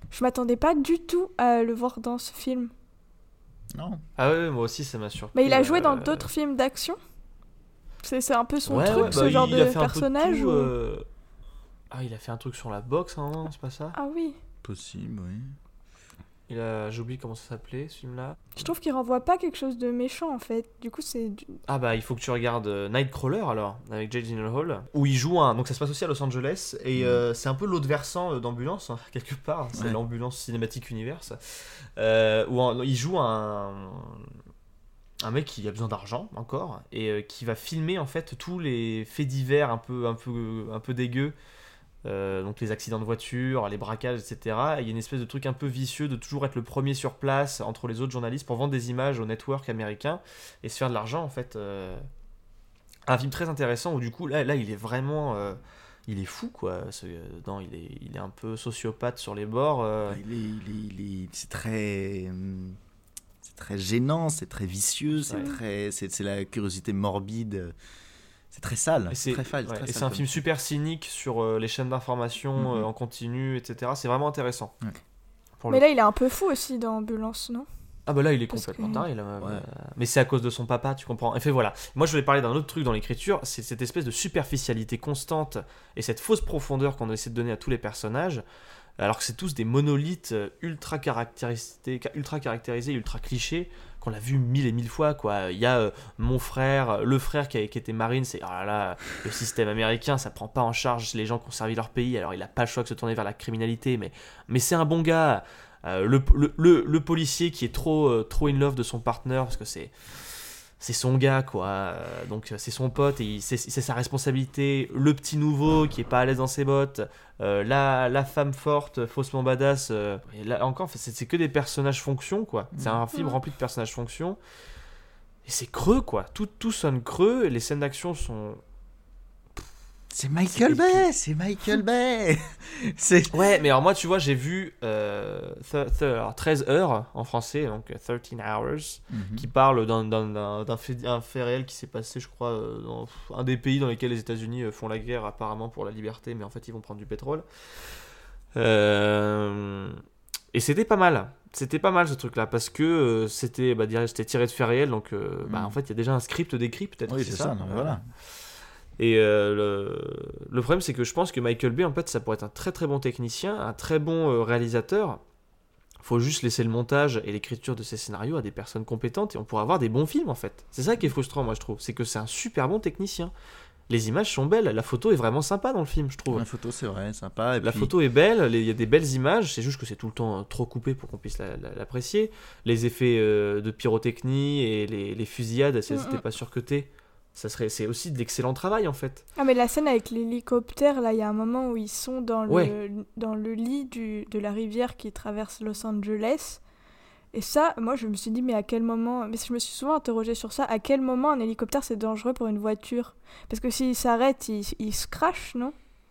Je m'attendais pas du tout à le voir dans ce film. Non. Ah ouais, moi aussi, ça m'a surpris. Mais il a joué euh, dans d'autres films d'action. C'est, c'est un peu son ouais, truc, ouais, ce bah, genre il de a fait un peu personnage. tout, ou- euh, Ah, il a fait un truc sur la boxe, hein, c'est pas ça? Ah oui. Possible, oui. Il a... J'ai oublié comment ça s'appelait, ce film-là. Je trouve qu'il renvoie pas quelque chose de méchant en fait. Du coup, c'est. du- Ah bah il faut que tu regardes euh, Nightcrawler alors, avec Jake Gyllenhaal, où il joue un... Donc ça se passe aussi à Los Angeles, et Mm. euh, c'est un peu l'autre versant euh, d'Ambulance, hein, quelque part, c'est Ouais. l'Ambulance Cinematic Universe, euh, où en- il joue un... un mec qui a besoin d'argent encore, et euh, qui va filmer en fait tous les faits divers un peu, un peu, un peu dégueux, euh, donc les accidents de voiture, les braquages, et cetera. Et il y a une espèce de truc un peu vicieux de toujours être le premier sur place entre les autres journalistes pour vendre des images au network américain et se faire de l'argent en fait. euh. Un film très intéressant où du coup là, là il est vraiment, euh, il est fou quoi. Ce- non, il est, il est un peu sociopathe sur les bords. euh. Il est, il est- il est- c'est très, hum, c'est très gênant, c'est très vicieux, c'est Ouais. très, c'est, c'est la curiosité morbide. C'est très sale, Et c'est très sale. ouais, très et sale c'est un comme film film. super cynique sur euh, les chaînes d'information Mhm. euh, en continu, et cetera. C'est vraiment intéressant. Ouais. Pour Mais le- là, il est un peu fou aussi dans Ambulance, non? Ah bah là il est Parce complètement que- taré là. Ouais. euh, Mais c'est à cause de son papa, tu comprends. Et fait voilà. Moi je voulais parler d'un autre truc dans l'écriture, c'est cette espèce de superficialité constante et cette fausse profondeur qu'on essaie de donner à tous les personnages, alors que c'est tous des monolithes euh, ultra caractérisés, ultra caractérisés, ultra clichés, qu'on a vu mille et mille fois quoi. Il y a euh, mon frère, le frère qui, a, qui était marine, c'est oh là là, le système américain ça prend pas en charge les gens qui ont servi leur pays, alors il a pas le choix de se tourner vers la criminalité, mais, mais c'est un bon gars. Euh, le, le, le, le policier qui est trop, euh, trop in love de son partenaire parce que c'est, c'est son gars quoi. Euh, donc c'est son pote et il- c'est, c'est sa responsabilité. Le petit nouveau qui est pas à l'aise dans ses bottes, euh, la, la femme forte faussement badass, euh, et là encore c'est, c'est que des personnages fonction quoi. C'est un film Mhm. rempli de personnages fonction et c'est creux quoi. Tout, tout sonne creux et les scènes d'action sont... C'est Michael C'est Bay, c'est Michael Bay. c'est Ouais, mais alors moi, tu vois, j'ai vu euh, th- th- alors, treize heures en français, donc euh, treize hours, Mhm. qui parle d'un, d'un, d'un, d'un fait, un fait réel qui s'est passé, je crois, euh, dans pff, un des pays dans lesquels les États-Unis euh, font la guerre apparemment pour la liberté, mais en fait, ils vont prendre du pétrole. Euh, Et c'était pas mal. C'était pas mal ce truc-là, parce que euh, c'était, bah, dire- c'était tiré de faits réels, donc euh, bah, Mhm. en fait, il y a déjà un script décrit, peut-être. Oui, que c'est ça. non, mais voilà. Et euh, le, le problème, c'est que je pense que Michael Bay, en fait, ça pourrait être un très très bon technicien, un très bon euh, réalisateur. Faut juste laisser le montage et l'écriture de ces scénarios à des personnes compétentes et on pourrait avoir des bons films, en fait. C'est ça qui est frustrant, moi, je trouve. C'est que c'est un super bon technicien. Les images sont belles, la photo est vraiment sympa dans le film, je trouve. La photo, c'est vrai, sympa. Et La puis- photo est belle, les- il y a des belles images, c'est juste que c'est tout le temps euh, trop coupé pour qu'on puisse la- la- l'apprécier. Les effets euh, de pyrotechnie et les, les fusillades, si elles Mhm. n'étaient pas surcutées, ça serait, c'est aussi de l'excellent travail, en fait. Ah, mais la scène avec l'hélicoptère, là, il y a un moment où ils sont dans le, Ouais. dans le lit du, de la rivière qui traverse Los Angeles. Et ça, moi, je me suis dit, mais à quel moment... Mais je me suis souvent interrogée sur ça. À quel moment un hélicoptère, c'est dangereux pour une voiture? Parce que s'il s'arrête, il, il se crache, non?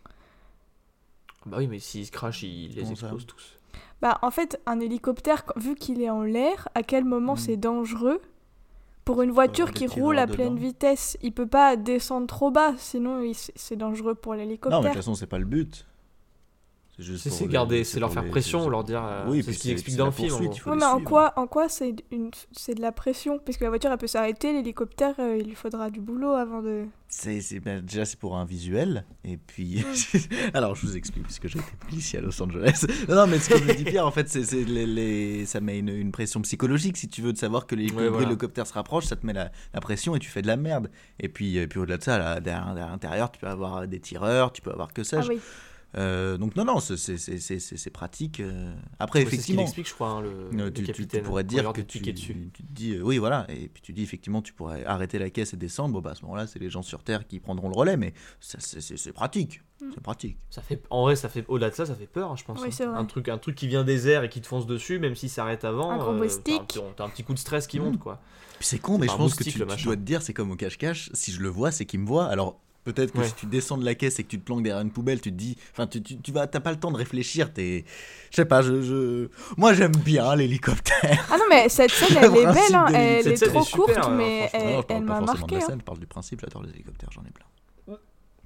Bah oui, mais s'ils se crachent, ils les Comment ça explosent tous. Bah, en fait, un hélicoptère, quand- vu qu'il est en l'air, à quel moment Mm. c'est dangereux pour une voiture avoir des qui tireurs roule à dedans. pleine vitesse? Il peut pas descendre trop bas, sinon il- c'est dangereux pour Non, mais de l'hélicoptère. toute façon, c'est pas le but. C'est juste C'est pour c'est les- garder, c'est leur pour faire les- pression, c'est- leur dire. euh, Oui, c'est puis ce qu'ils expliquent c'est dans la le film. en poursuite, gros. il faut Oui, les mais en suivre. quoi, en quoi c'est une... c'est de la pression? Puisque la voiture, elle peut s'arrêter, l'hélicoptère, euh, il lui faudra du boulot avant de... C'est, c'est- ben, déjà, c'est pour un visuel. Et puis. Alors, je vous explique, puisque j'ai été policier à Los Angeles. Non, non, mais ce que je dis, Pierre, en fait, c'est, c'est les, les- ça met une, une pression psychologique. Si tu veux de savoir que l'hélico- Ouais, voilà. l'hélicoptère se rapproche, ça te met la, la pression et tu fais de la merde. Et puis, et puis au-delà de ça, là, derrière, derrière l'intérieur, tu peux avoir des tireurs, tu peux avoir que Ah sais-je. oui. Euh, donc, non, non, c'est, c'est, c'est, c'est, c'est- c'est pratique. euh. Après, Ouais, c'est ce qu'il effectivement. explique, je crois, hein, le, Euh, le tu, tu- tu capitaine. pourrais quand dire il leur que dit de tu, piquer dessus. tu te dis euh, oui voilà et puis tu dis effectivement tu pourrais arrêter la caisse et descendre. Bon bah à ce moment-là c'est les gens sur terre qui prendront le relais, mais ça, c'est, c'est, c'est pratique, Mm. c'est pratique. Ça fait, en vrai, ça fait, au-delà de ça, ça fait peur, hein, je pense. Oui, hein. c'est vrai. Un truc, un truc qui vient des airs et qui te fonce dessus, même s'il s'arrête avant. Un gros euh, moustique. t'as, un petit- t'as un petit coup de stress qui Mm. monte, quoi. Puis c'est con mais pas je un pense que moustique, tu, le tu machin. dois te dire c'est comme au cache-cache, si je le vois c'est qu'il me voit. Alors peut-être que Ouais. si tu descends de la caisse et que tu te planques derrière une poubelle, tu te dis, enfin tu, tu, tu vas, t'as pas le temps de réfléchir, t'es, je sais pas, je, je... moi j'aime bien l'hélicoptère. Ah non, mais cette scène, Le elle est principe belle, hein, de elle Cette est scène trop est super, courte, euh, mais franchement. elle, Non, je parle elle pas m'a forcément de marqué. la hein. scène, je parle du principe, j'adore les hélicoptères, j'en ai plein.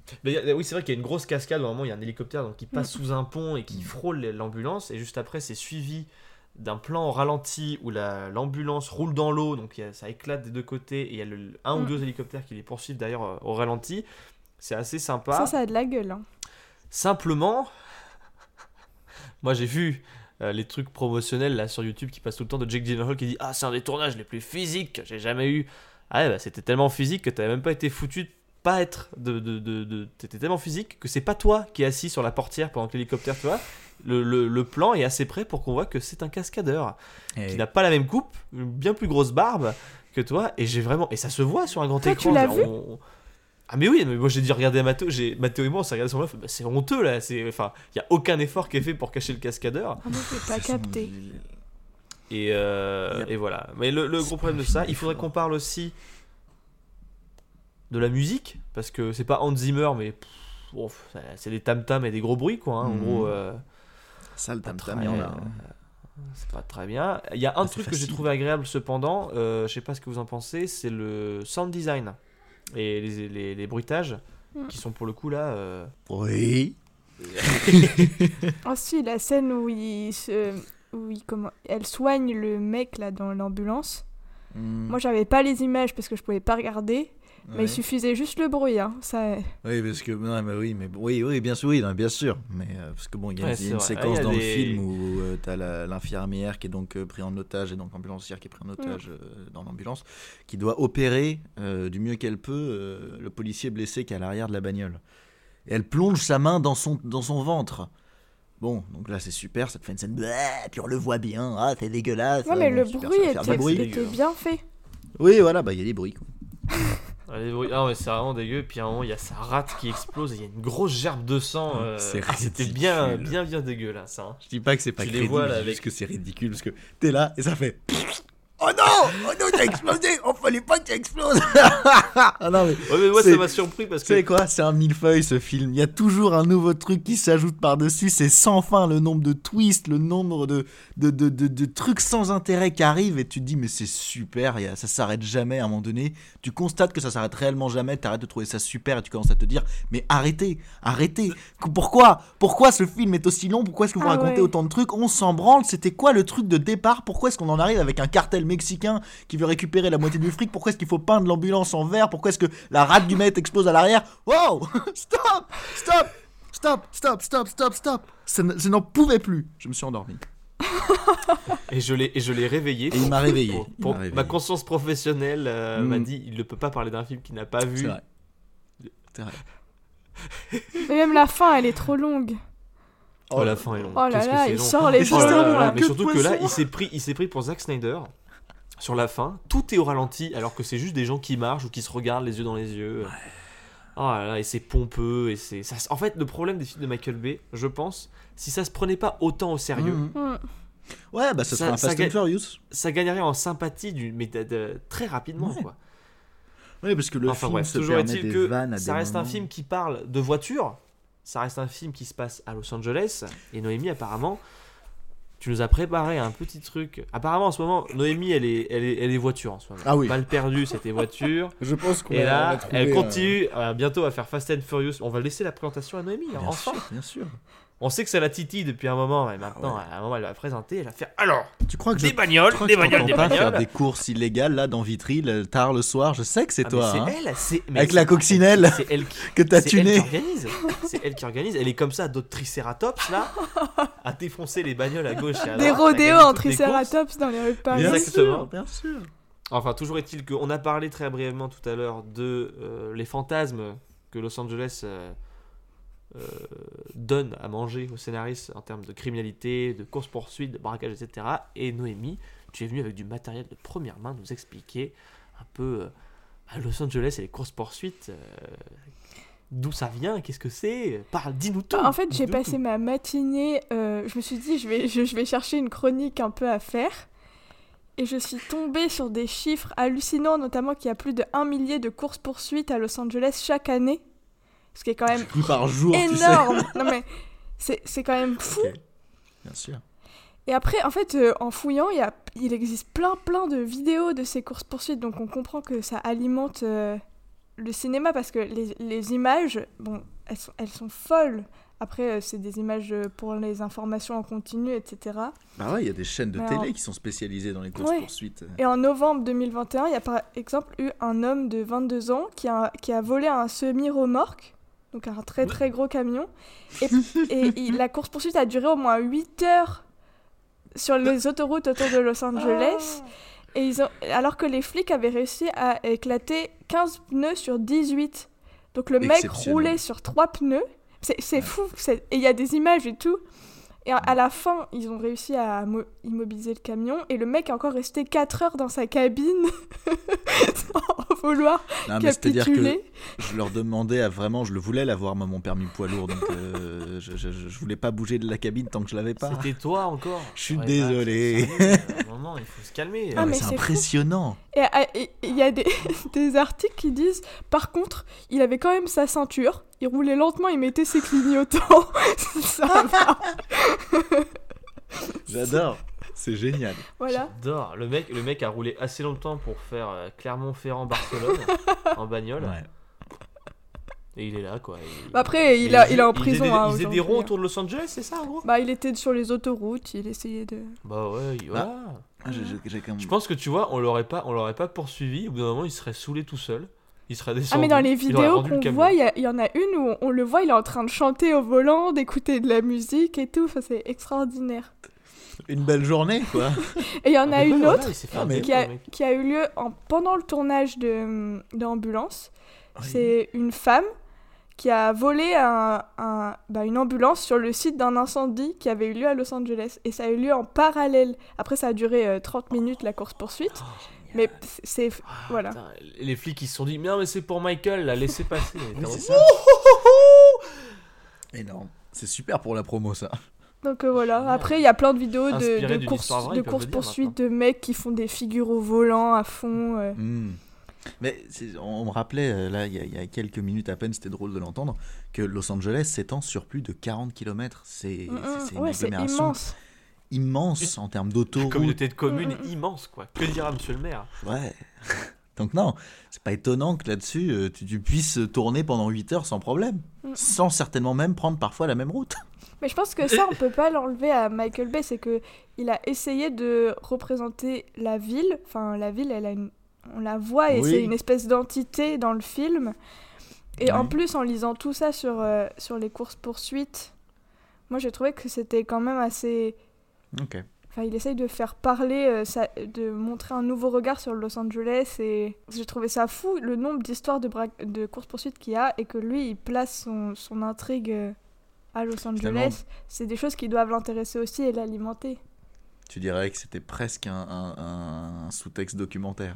Mais, euh, oui, c'est vrai qu'il y a une grosse cascade. Normalement, il y a un hélicoptère donc, qui passe Mm. sous un pont et qui frôle l'ambulance. Et juste après, c'est suivi d'un plan au ralenti où la, l'ambulance roule dans l'eau. Donc il y a- ça éclate des deux côtés. Et il y a le, un Mm. ou deux hélicoptères qui les poursuivent d'ailleurs euh, au ralenti. C'est assez sympa. Ça, ça a de la gueule. Hein. Simplement, moi j'ai vu euh, les trucs promotionnels là sur YouTube qui passent tout le temps de Jake Gyllenhaal qui dit ah c'est un des tournages les plus physiques que j'ai jamais eu. Ah ouais, bah, c'était tellement physique que t'avais même pas été foutu de pas être de, de, de, de- t'étais tellement physique que c'est pas toi qui es assis sur la portière pendant que l'hélicoptère tu vois. Le, le, le plan est assez près pour qu'on voit que c'est un cascadeur Et- qui n'a pas la même coupe, une bien plus grosse barbe que toi et j'ai vraiment et ça se voit sur un grand Toi, écran. tu l'as genre, vu on- Ah mais oui, mais moi j'ai dit regarder à Mathéo, j'ai Mathéo et moi on s'est regardé sur le bah, c'est honteux là, c'est enfin, il y a aucun effort qui est fait pour cacher le cascadeur Ah, moi, je l'ai pas Ce sont- capté. et euh, Yep. et voilà. Mais le, le gros problème de ça, il faudrait qu'on parle aussi de la musique parce que c'est pas Hans Zimmer mais pff, bon, ça- c'est des tam tam et des gros bruits quoi hein, en Mhm. gros euh, Ça, le pas tam-tam, très- il y en a. euh, hein. c'est pas très bien. Il y a un Ah, c'est truc que j'ai facile. trouvé agréable cependant, euh, je sais pas ce que vous en pensez, c'est le sound design et les, les, les bruitages Mm. qui sont pour le coup là euh, Oui. Oh si, la scène où il se... Où il, comment... elle soigne le mec là dans l'ambulance. Mm. Moi j'avais pas les images parce que je pouvais pas regarder, mais Ouais. il suffisait juste le bruit. Hein. Ça... Oui, parce que non, mais oui, mais oui, oui, bien sûr, oui, non, bien sûr, mais euh, parce que bon, il y a, Ouais, il y a c'est une vrai. séquence Ah, il y a dans des- le film où euh, t'as la- l'infirmière qui est donc euh, prise en otage et donc l'ambulancière qui est prise en otage euh, dans l'ambulance, qui doit opérer euh, du mieux qu'elle peut euh, le policier blessé qui est à l'arrière de la bagnole. Et elle plonge sa main dans son dans son ventre. Bon, donc là c'est super, ça te fait une scène, Bleh, puis on le voit bien, ah c'est dégueulasse. Ouais, ah, mais bon, le super, bruit ça va faire était, du bruit. était bien fait. Oui, voilà, bah il y a des bruits. Quoi. Ah, les bruits- ah ouais, c'est vraiment dégueu. Puis à un moment, il y a sa rate qui explose et il y a une grosse gerbe de sang. euh, C'est ah, C'était bien, ridicule. bien, bien dégueu là, ça. hein. Je dis pas que c'est pas Tu les crédible, vois, là, je dis avec- juste que c'est ridicule parce que t'es là et ça fait. Oh non, oh non, t'as explosé. Oh fallait pas que tu exploses. Ah non mais. Ouais, mais moi, C'est- ça m'a surpris parce Tu sais que. quoi, c'est un millefeuille ce film. Il y a toujours un nouveau truc qui s'ajoute par-dessus. C'est sans fin le nombre de twists, le nombre de, de, de, de, de trucs sans intérêt qui arrivent. Et tu te dis, mais c'est super, il y a- ça s'arrête jamais à un moment donné. Tu constates que ça s'arrête réellement jamais. Tu arrêtes de trouver ça super et tu commences à te dire, mais arrêtez, arrêtez. Pourquoi Pourquoi ce film est aussi long Pourquoi est-ce que vous Ah racontez ouais. autant de trucs On s'en branle. C'était quoi le truc de départ Pourquoi est-ce qu'on en arrive avec un cartel mexicain qui veut récupérer la moitié du fric Pourquoi est-ce qu'il faut peindre l'ambulance en vert Pourquoi est-ce que la rate du maître explose à l'arrière Wow Stop Stop Stop Stop Stop Stop Stop Ça ne- Je n'en pouvais plus. Je me suis endormi. Et je l'ai, et je l'ai réveillé. Et il m'a réveillé. Pour, Il pour- m'a réveillé. ma conscience professionnelle euh, Mm. m'a dit il ne peut pas parler d'un film qu'il n'a pas vu. C'est vrai. C'est vrai. Mais même la fin, elle est trop longue. Oh, la fin est longue. Oh là Qu'est-ce que là, c'est il long. sort les Et Oh là cheveux là longs, là, là. mais Que surtout de que là, poisson. il s'est pris, il s'est pris pour Zack Snyder. Sur la fin, tout est au ralenti, alors que c'est juste des gens qui marchent ou qui se regardent les yeux dans les yeux. Oh là là, et c'est pompeux et c'est. Ça, en fait, le problème des films de Michael Bay, je pense, si ça se prenait pas autant au sérieux, Mhm. Mm. Ouais, bah ça, Ça- sera un ça Fast gagne- and Furious. ça gagnerait en sympathie du, mais de- de- très rapidement, Ouais. quoi. Oui, parce que le Enfin film bref, se toujours permet est-il des que vannes à ça des reste un moments. film qui parle de voiture, ça reste un film qui se passe à Los Angeles, et Noémie apparemment, tu nous as préparé un petit truc. Apparemment en ce moment, Noémie elle est, elle est, elle est voiture en ce moment. Ah oui. Mal perdu, c'était voiture. Je pense qu'on Et a- on là, a trouvé, elle euh, continue euh, bientôt à faire Fast and Furious. On va laisser la présentation à Noémie, hein, Bien enfin. sûr, bien sûr. On sait que ça la titille depuis un moment, et maintenant, Ah ouais. à un moment, elle va présenter, elle va faire alors, Tu crois que des je bagnoles, je crois que des je bagnoles, t'entends des pas faire bagnoles. des courses illégales là dans Vitry le- tard le soir. Je sais que c'est Ah, mais toi, c'est hein, elle, c'est, mais avec c'est- la coccinelle c'est elle qui, que t'as c'est elle tuné. qui organise. C'est elle qui organise. Elle est comme ça, d'autres tricératops là, à défoncer les bagnoles à gauche et à droite. Des à rodéos gagner en toutes les courses. tricératops dans les rues de Paris. Bien Exactement. sûr, bien sûr. Enfin, toujours est-il qu'on a parlé très brièvement tout à l'heure de euh, les fantasmes que Los Angeles euh, euh, donne à manger aux scénaristes en termes de criminalité, de course-poursuite, de braquage, et cetera. Et Noémie, tu es venue avec du matériel de première main nous expliquer un peu euh, à Los Angeles et les courses-poursuites. euh, D'où ça vient, qu'est-ce que c'est Parle, dis-nous tout. Bah, en fait, j'ai dis-nous passé tout. ma matinée. euh, je me suis dit, je vais, je, je vais chercher une chronique un peu à faire. Et je suis tombée sur des chiffres hallucinants, notamment qu'il y a plus de un millier de courses-poursuites à Los Angeles chaque année. Ce qui est quand même Par jour, tu sais. énorme. Non mais c'est c'est quand même fou. Ok. Bien sûr. Et après, en fait, euh, en fouillant, il, y a, il existe plein plein de vidéos de ces courses-poursuites. Donc on comprend que ça alimente euh, le cinéma, parce que les, les images, bon, elles sont, elles sont folles. Après, euh, c'est des images pour les informations en continu, et cetera. Bah ouais, il y a des chaînes de Mais télé en- qui sont spécialisées dans les Ouais. courses-poursuites. Et en novembre deux mille vingt et un, il y a par exemple eu un homme de vingt-deux ans qui a, qui a volé un semi-remorque, donc un très très gros camion. Et, et il- la course-poursuite a duré au moins huit heures sur les autoroutes autour de Los Angeles. Et ils ont, alors que les flics avaient réussi à éclater quinze pneus sur dix-huit. Donc le mec Exceptionnel. roulait sur trois pneus. C'est, c'est fou. C'est- et il y a des images et tout. Et à, à la fin, ils ont réussi à mo- immobiliser le camion. Et le mec est encore resté quatre heures dans sa cabine sans vouloir Non, mais c'est-à-dire que capituler. je leur demandais à vraiment, je le voulais l'avoir, moi, mon permis poids lourd, donc euh, je, je, je voulais pas bouger de la cabine tant que je l'avais pas. C'était toi encore. Je suis Ouais, désolé. bah, c'est sérieux, Non, non, il faut se calmer. Ah, Non, mais mais c'est c'est fou. impressionnant. Et ah, et- et il y a des, des articles qui disent, par contre, il avait quand même sa ceinture, il roulait lentement, il mettait ses clignotants. Ça va. J'adore. C'est génial. Voilà. J'adore. Le mec, le mec a roulé assez longtemps pour faire euh, Clermont-Ferrand-Barcelone en bagnole. Ouais. Et il est là, quoi. Il- Bah après, il, a, il est en faisait prison. des- hein, il faisait des aujourd'hui, ronds hein. autour de Los Angeles, c'est ça, en gros Bah, il était sur les autoroutes, il essayait de... Bah ouais, il- voilà. Ah, j'ai- j'ai- j'ai quand même- Je pense que tu vois, on l'aurait pas, on l'aurait pas poursuivi. Au bout d'un moment, il serait saoulé tout seul. Il serait descendu. Ah, mais dans les il aurait vidéos rendu le qu'on camion. voit, il y, a- il y en a une où on, on le voit, il est en train de chanter au volant, d'écouter de la musique et tout. Enfin, c'est extraordinaire. Une belle journée, quoi. Et il y en Ah, a mais une ouais, voilà, autre il s'est fait Ah, un mais- démon, qui a, le mec. qui a eu lieu en, pendant le tournage de, d'Ambulance. Oui. C'est une femme qui a volé un, un- bah, une ambulance sur le site d'un incendie qui avait eu lieu à Los Angeles. Et ça a eu lieu en parallèle. Après, ça a duré euh, trente minutes, la course-poursuite. Mais c'est... c'est- voilà. Putain, les flics ils se sont dit, mais non, mais c'est pour Michael, la laissez passer. Oui, T'as c'est vu ça. Énorme. C'est super pour la promo, ça. Donc euh, voilà, après il y a plein de vidéos de, Inspiré de d'une courses histoire vraie, de ils peuvent courses le dire poursuites de mecs qui font des figures au volant à fond. euh. Hmm. Mais c'est- on me rappelait, euh, là, il y, a- il y a quelques minutes à peine, c'était drôle de l'entendre, que Los Angeles s'étend sur plus de quarante kilomètres. C'est Mm, mm. c'est- c'est une Ouais, c'est agglomération immense. immense en termes Une d'autoroute. communauté de communes Mm, mm, mm. immense, quoi. Que dira monsieur le maire Ouais. Donc non, c'est pas étonnant que là-dessus, euh, tu, tu puisses tourner pendant huit heures sans problème. Mm. Sans certainement même prendre parfois la même route. Mais je pense que ça on peut pas l'enlever à Michael Bay, c'est que il a essayé de représenter la ville. Enfin la ville, elle a une... on la voit et Oui. c'est une espèce d'entité dans le film. Et en Oui. plus en lisant tout ça sur, euh, sur les courses poursuites, moi j'ai trouvé que c'était quand même assez... Ok. Enfin, il essaye de faire parler, euh, ça- de montrer un nouveau regard sur Los Angeles et j'ai trouvé ça fou le nombre d'histoires de, bra- de courses-poursuites qu'il y a et que lui il place son, son intrigue euh, à Los Angeles. Finalement. C'est des choses qui doivent l'intéresser aussi et l'alimenter. Tu dirais que c'était presque un, un- un sous-texte documentaire.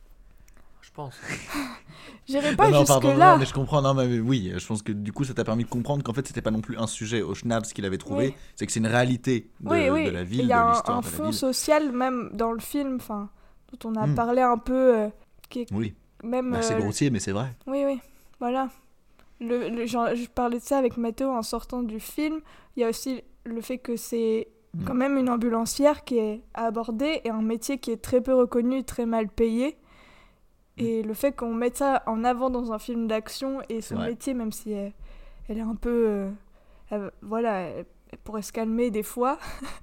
Je pense. J'irai pas non, non, pardon, jusque-là. non, mais je comprends. Non, mais oui, je pense que du coup, ça t'a permis de comprendre qu'en fait, c'était pas non plus un sujet au schnaps qu'il avait trouvé. Oui. C'est que c'est une réalité de, oui, oui. de la Et ville, il y a de un, l'histoire un de la fond ville. social même dans le film, enfin, dont on a Hmm. parlé un peu, euh, qui est Oui, même... bah, c'est euh, grossier, mais c'est vrai. Oui, oui, voilà. Le, le- genre, je parlais de ça avec Mathéo en sortant du film. Il y a aussi le fait que c'est Mm. quand même une ambulancière qui est abordée et un métier qui est très peu reconnu, très mal payé. Et le fait qu'on mette ça en avant dans un film d'action et C'est son vrai. métier, même si elle, elle est un peu... euh, elle- voilà, elle, elle pourrait se calmer des fois.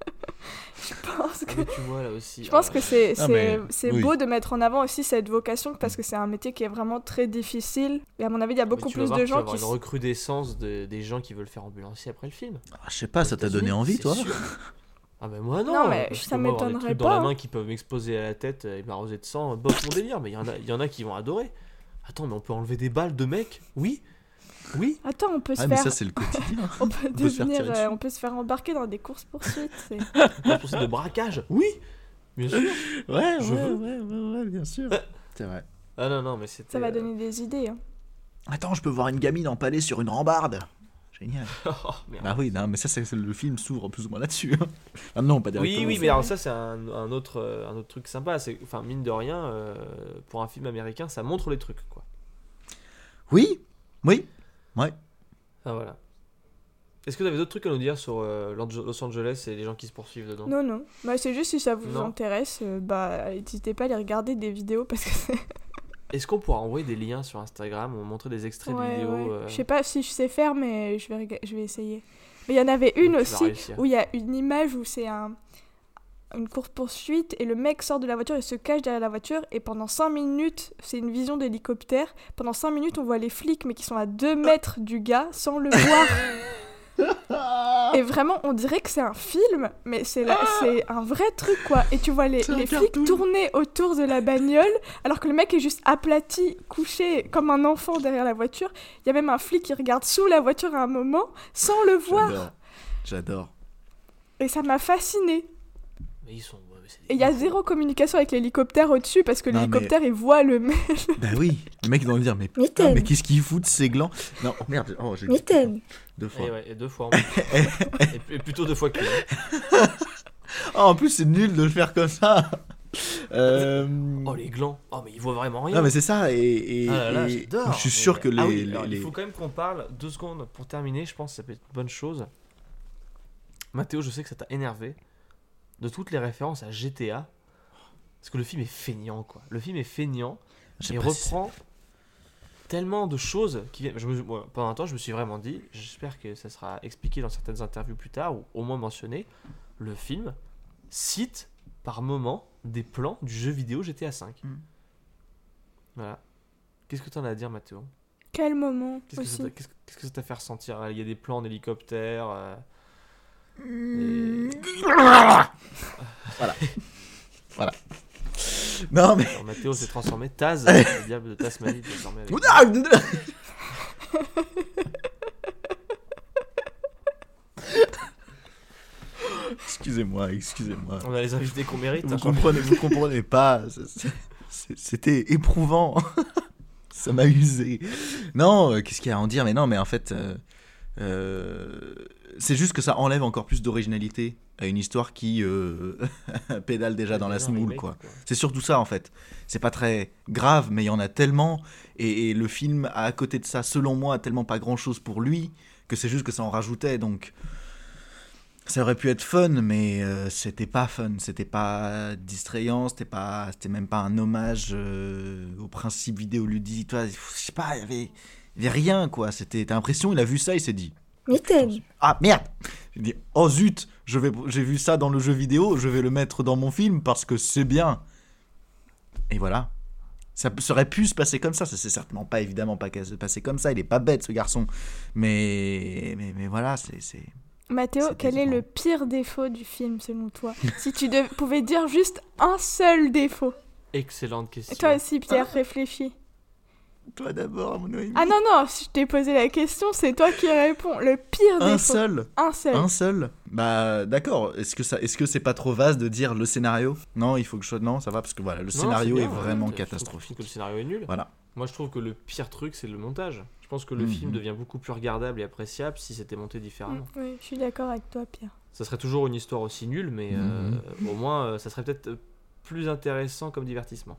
je pense Ah, que... mais tu vois là aussi. Je pense ah, que c'est Ah, c'est- mais, c'est oui. beau de mettre en avant aussi cette vocation parce que c'est un métier qui est vraiment très difficile. Et à mon avis, il y a mais beaucoup tu vas plus voir, de tu vas gens avoir qui... une recrudescence de- des gens qui veulent faire ambulancier après le film. Ah, je sais pas, ça Aux t'a donné États-Unis, envie, c'est toi sûr. Ah ben moi non, Non, mais parce ça que moi, avoir des m'étonnerait trucs dans pas, la main hein. qui peuvent m'exploser à la tête et m'arroser de sang, bof mon délire, mais il y, en a- il y en a qui vont adorer. Attends, mais on peut enlever des balles de mecs? Oui. Oui. Attends, on peut se Ah, mais faire... ça, c'est le quotidien. on peut peut se faire devenir, tirer euh, dessus. on peut se faire embarquer dans des courses poursuites. C'est... Une poursuite de braquage? Oui. Bien sûr. Ouais, Je ouais, veux. ouais, ouais, ouais, bien sûr. C'est vrai. Ah non, non, mais c'était... Ça va euh, donner des idées. Hein. Attends, je peux voir une gamine empalée sur une rambarde. Génial. oh, merde. Bah oui, non, mais ça, c'est, le film s'ouvre plus ou moins là-dessus. Ah non, pas Oui, directement. oui, c'est mais alors vrai. ça c'est un, un autre, euh, un autre truc sympa. C'est, enfin, mine de rien, euh, pour un film américain, ça montre les trucs, quoi. Oui, oui, ouais. Ah voilà. Est-ce que vous avez d'autres trucs à nous dire sur euh, Los Los Angeles et les gens qui se poursuivent dedans? Non, non. Bah, c'est juste si ça vous Non. intéresse, euh, bah, n'hésitez pas à aller regarder des vidéos parce que c'est... Est-ce qu'on pourra envoyer des liens sur Instagram ou montrer des extraits Ouais, de vidéos ouais. euh, Je sais pas si je sais faire, mais je vais, rega- je vais essayer. Mais il y en avait une tu vas aussi réussir. où il y a une image où c'est un, une course-poursuite et le mec sort de la voiture et se cache derrière la voiture et pendant cinq minutes, c'est une vision d'hélicoptère, pendant cinq minutes on voit les flics mais qui sont à deux mètres du gars sans le voir. Et vraiment on dirait que c'est un film, mais c'est, la, c'est un vrai truc quoi. Et tu vois les, C'est un les flics cartoon. tourner autour de la bagnole alors que le mec est juste aplati, couché comme un enfant derrière la voiture. Il y a même un flic qui regarde sous la voiture à un moment sans le voir. J'adore. J'adore. Et ça m'a fascinée. Mais ils sont. ouais, mais c'est des Et il y a ouf. zéro communication avec l'hélicoptère au-dessus parce que Non, l'hélicoptère il voit le mec. Bah oui, le mec il doit me dire mais Mais putain, t'aimes. mais qu'est-ce qu'il fout de ses glands? Non, oh merde, oh, j'ai Mais t'aimes. deux fois. Et ouais, et deux fois en plus. et, et plutôt deux fois qu'une. Oh, en plus c'est nul de le faire comme ça. Euh... Oh les glands. Oh mais ils voient vraiment rien. Non mais c'est ça et, et- Ah là là, et- j'adore. je suis Mais- sûr que les, Ah oui, les- alors, les- il faut quand même qu'on parle deux secondes pour terminer. Je pense que ça peut être une bonne chose. Mathéo, je sais que ça t'a énervé de toutes les références à G T A parce que le film est feignant quoi. Le film est feignant je sais et pas si reprend tellement de choses qui viennent. Je me... moi, pendant un temps, je me suis vraiment dit, j'espère que ça sera expliqué dans certaines interviews plus tard ou au moins mentionné. Le film cite par moment des plans du jeu vidéo G T A cinq. Mm. Voilà. Qu'est-ce que tu en as à dire, Mathéo? Quel moment Qu'est-ce que, ça aussi. t'a, qu'est-ce, qu'est-ce que ça t'a fait ressentir? Il y a des plans en hélicoptère. euh, Hmm. et- Voilà. Voilà. Non mais. Alors, Mathéo s'est transformé. Taz, le diable de Tasmanie, désormais. Avec... Excusez-moi, excusez-moi. On a les invités qu'on mérite. Vous hein, comprenez, vous comprenez pas. c'est- c'est- C'était éprouvant. Ça m'a usé. Non, euh, qu'est-ce qu'il y a à en dire? Mais non, mais en fait, euh, euh, c'est juste que ça enlève encore plus d'originalité à une histoire qui euh, pédale déjà dans la Déjà un semoule, remake, quoi. C'est surtout ça, en fait. C'est pas très grave, mais il y en a tellement. Et, et le film, à côté de ça, selon moi, a tellement pas grand-chose pour lui que c'est juste que ça en rajoutait. Donc, ça aurait pu être fun, mais euh, c'était pas fun. C'était pas distrayant. C'était pas, c'était même pas un hommage euh, au principe vidéoludique. Toi, je sais pas, il y avait, il y avait rien, quoi. C'était, t'as l'impression, il a vu ça, il s'est dit. Mais t'aimes. Ah merde! Il dit oh zut, je vais, j'ai vu ça dans le jeu vidéo, je vais le mettre dans mon film parce que c'est bien. Et voilà. Ça p- ça aurait pu se passer comme ça, ça s'est certainement pas évidemment pas qu'à se passer comme ça, il est pas bête ce garçon. Mais mais, mais voilà, c'est, c'est... Mathéo, C'est quel est décevant. le pire défaut du film selon toi? Si tu dev- pouvais dire juste un seul défaut. Excellente question. Et toi aussi, Pierre, réfléchis. Toi d'abord, mon ami. Ah non, non, si je t'ai posé la question, c'est toi qui réponds. Le pire Un défaut. seul. Un seul. Un seul. Bah d'accord. Est-ce que ça, est-ce que c'est pas trop vaste de dire le scénario? Non, il faut que je non, ça va parce que voilà, le Non, scénario c'est est bien, vraiment ouais, je trouve- catastrophique. Je trouve que le scénario est nul. Voilà. Moi, je trouve que le pire truc, c'est le montage. Je pense que le Mhm. film devient beaucoup plus regardable et appréciable si c'était monté différemment. Mm, oui, je suis d'accord avec toi, Pierre. Ça serait toujours une histoire aussi nulle, mais euh, Mhm. au moins, euh, ça serait peut-être euh, plus intéressant comme divertissement.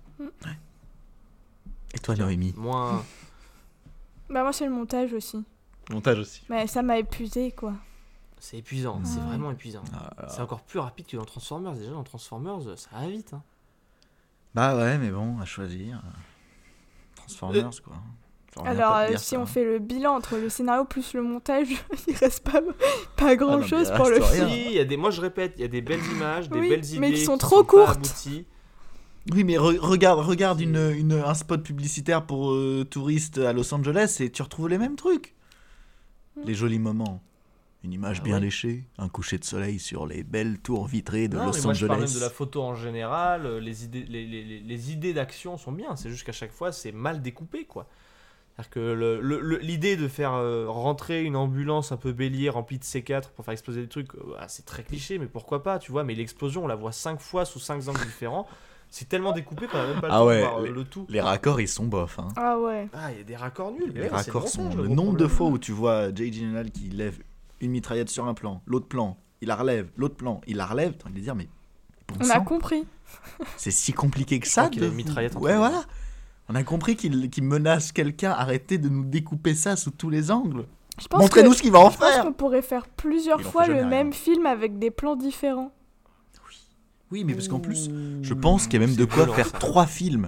Et toi, Noémie? Moins. Bah moi, c'est le montage aussi. Montage aussi. Mais ça m'a épuisé, quoi. C'est épuisant, c'est Ouais. vraiment épuisant. Ah, C'est encore plus rapide que dans Transformers. Déjà, dans Transformers, ça va vite. Hein. Bah ouais, mais bon, à choisir. Transformers, quoi. Faut rien Alors, pas te euh, dire, si ça, on hein. fait le bilan entre le scénario plus le montage, il reste pas, pas Ah non, grand mais chose il pour le reste film. rien. Si, il y a des, moi je répète, il y a des belles images, des Oui, belles idées mais qui sont qui trop pas courtes. abouties. Oui, mais re- regarde, regarde une, une- un spot publicitaire pour euh, touristes à Los Angeles et tu retrouves les mêmes trucs. Mm. Les jolis moments. Une image Ah bien ouais. léchée, un coucher de soleil sur les belles tours vitrées de Non, mais Los moi je parle même Angeles. de la photo en général, euh, les idées, les, les- les- les idées d'action sont bien, c'est juste qu'à chaque fois c'est mal découpé quoi. C'est-à-dire que le- le- le- l'idée de faire euh, rentrer une ambulance un peu bélier remplie de C quatre pour faire exploser des trucs, euh, bah, c'est très cliché, mais pourquoi pas, tu vois, mais l'explosion on la voit cinq fois sous cinq angles différents, c'est tellement découpé qu'on a même pas le Ah temps ouais, de voir euh, les- le tout. Les raccords, ils sont bof. Hein. Ah ouais. Ah, il y a des raccords nuls. Les ouais, c'est raccords le sont... montage, Le gros nombre de problème. fois où tu vois Jay Gyllenhaal qui lève une mitraillette sur un plan, l'autre plan, il la relève, l'autre plan, il la relève, t'as envie de dire, mais bon On a sang, compris. c'est si compliqué que Je ça crois qu'il a de... une mitraillette entre Ouais, les voilà. On a compris qu'il qu'il menace quelqu'un, arrêtez de nous découper ça sous tous les angles. Je pense Montrez-nous que- ce qu'il va en Je pense faire. qu'on pourrait faire plusieurs Il en fois fait le jamais même rien. film avec des plans différents. Oui, mais parce qu'en plus, je pense qu'il y a même de C'est quoi violent, faire ça. trois films. Oui.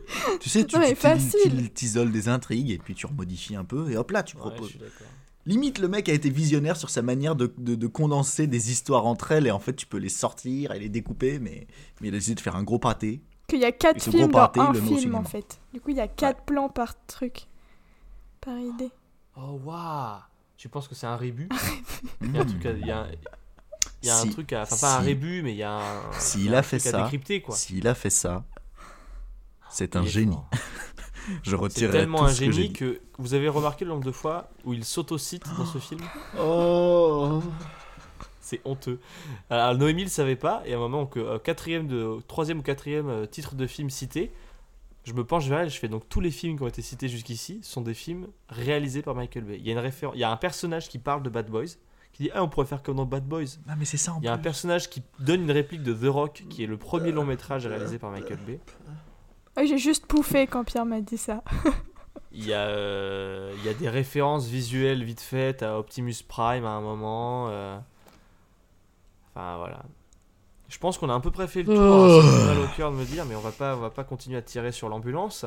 Tu sais, tu Non, mais tu- tu- facile. tu t'isoles des intrigues et puis tu remodifies un peu et hop là, tu Ouais, proposes. je suis d'accord. Limite, le mec a été visionnaire sur sa manière de, de, de condenser des histoires entre elles et en fait, tu peux les sortir et les découper, mais, mais il a décidé de faire un gros pâté. Qu'il y a Et quatre ce films gros dans party, un le met au film, en cinéma. fait. Du coup, il y a quatre plans par truc. Par idée. Oh waouh. Tu penses que c'est un rébut? Il y a un truc à, il y a un, il y a un Si- truc à, enfin pas un si- rébut, mais il y a un, S'il il y a a un fait truc à ça, décrypter quoi. S'il a fait ça, c'est un Il est génie. fort. Je C'est retirerai tellement tout un ce que j'ai génie dit. que vous avez remarqué le nombre de fois où il s'autocite dans ce film. Oh. C'est honteux. Alors Noémie le savait pas et à un moment que euh, quatrième de troisième ou quatrième euh, titre de film cité, je me penche vers elle, je fais donc tous les films qui ont été cités jusqu'ici sont des films réalisés par Michael Bay. Il y a une référence, il y a un personnage qui parle de Bad Boys qui dit ah on pourrait faire comme dans Bad Boys. Ah mais c'est ça en Il y a un plus. personnage qui donne une réplique de The Rock qui est le premier long métrage réalisé par Michael Bay. Ouais, j'ai juste pouffé quand Pierre m'a dit ça. Il y a euh, il y a des références visuelles vite faites à Optimus Prime à un moment. euh. Enfin voilà. Je pense qu'on a à peu près fait le tour. Oh. hein, ça me fait mal au cœur de me dire, mais on va pas, on va pas continuer à tirer sur l'ambulance.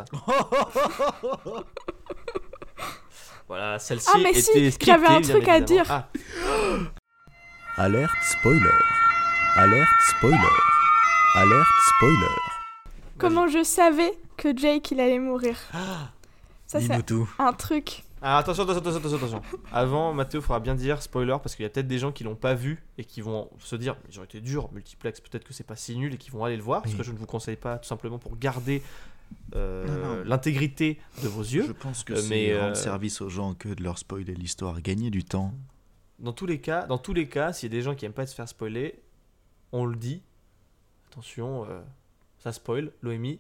Voilà, celle-ci Ah, mais était si, scriptée, j'avais un bien truc à évidemment. dire. Ah, Alerte spoiler. Alerte spoiler. Alerte spoiler. Comment je savais que Jake, il allait mourir. Ça, Dis-nous c'est tout. un truc. Alors attention, attention, attention, attention. Avant, Mathéo faudra bien dire spoiler parce qu'il y a peut-être des gens qui l'ont pas vu et qui vont se dire mais j'aurais été dur, multiplex, peut-être que c'est pas si nul et qui vont aller le voir. Parce Oui. que je ne vous conseille pas, tout simplement pour garder euh, Non, non. l'intégrité de vos yeux. Je pense que Euh, c'est mais, rendre euh, service aux gens que de leur spoiler l'histoire, gagner du temps. Dans tous les cas, dans tous les cas, s'il y a des gens qui aiment pas se faire spoiler, on le dit. Attention, euh, ça spoil, Loémie.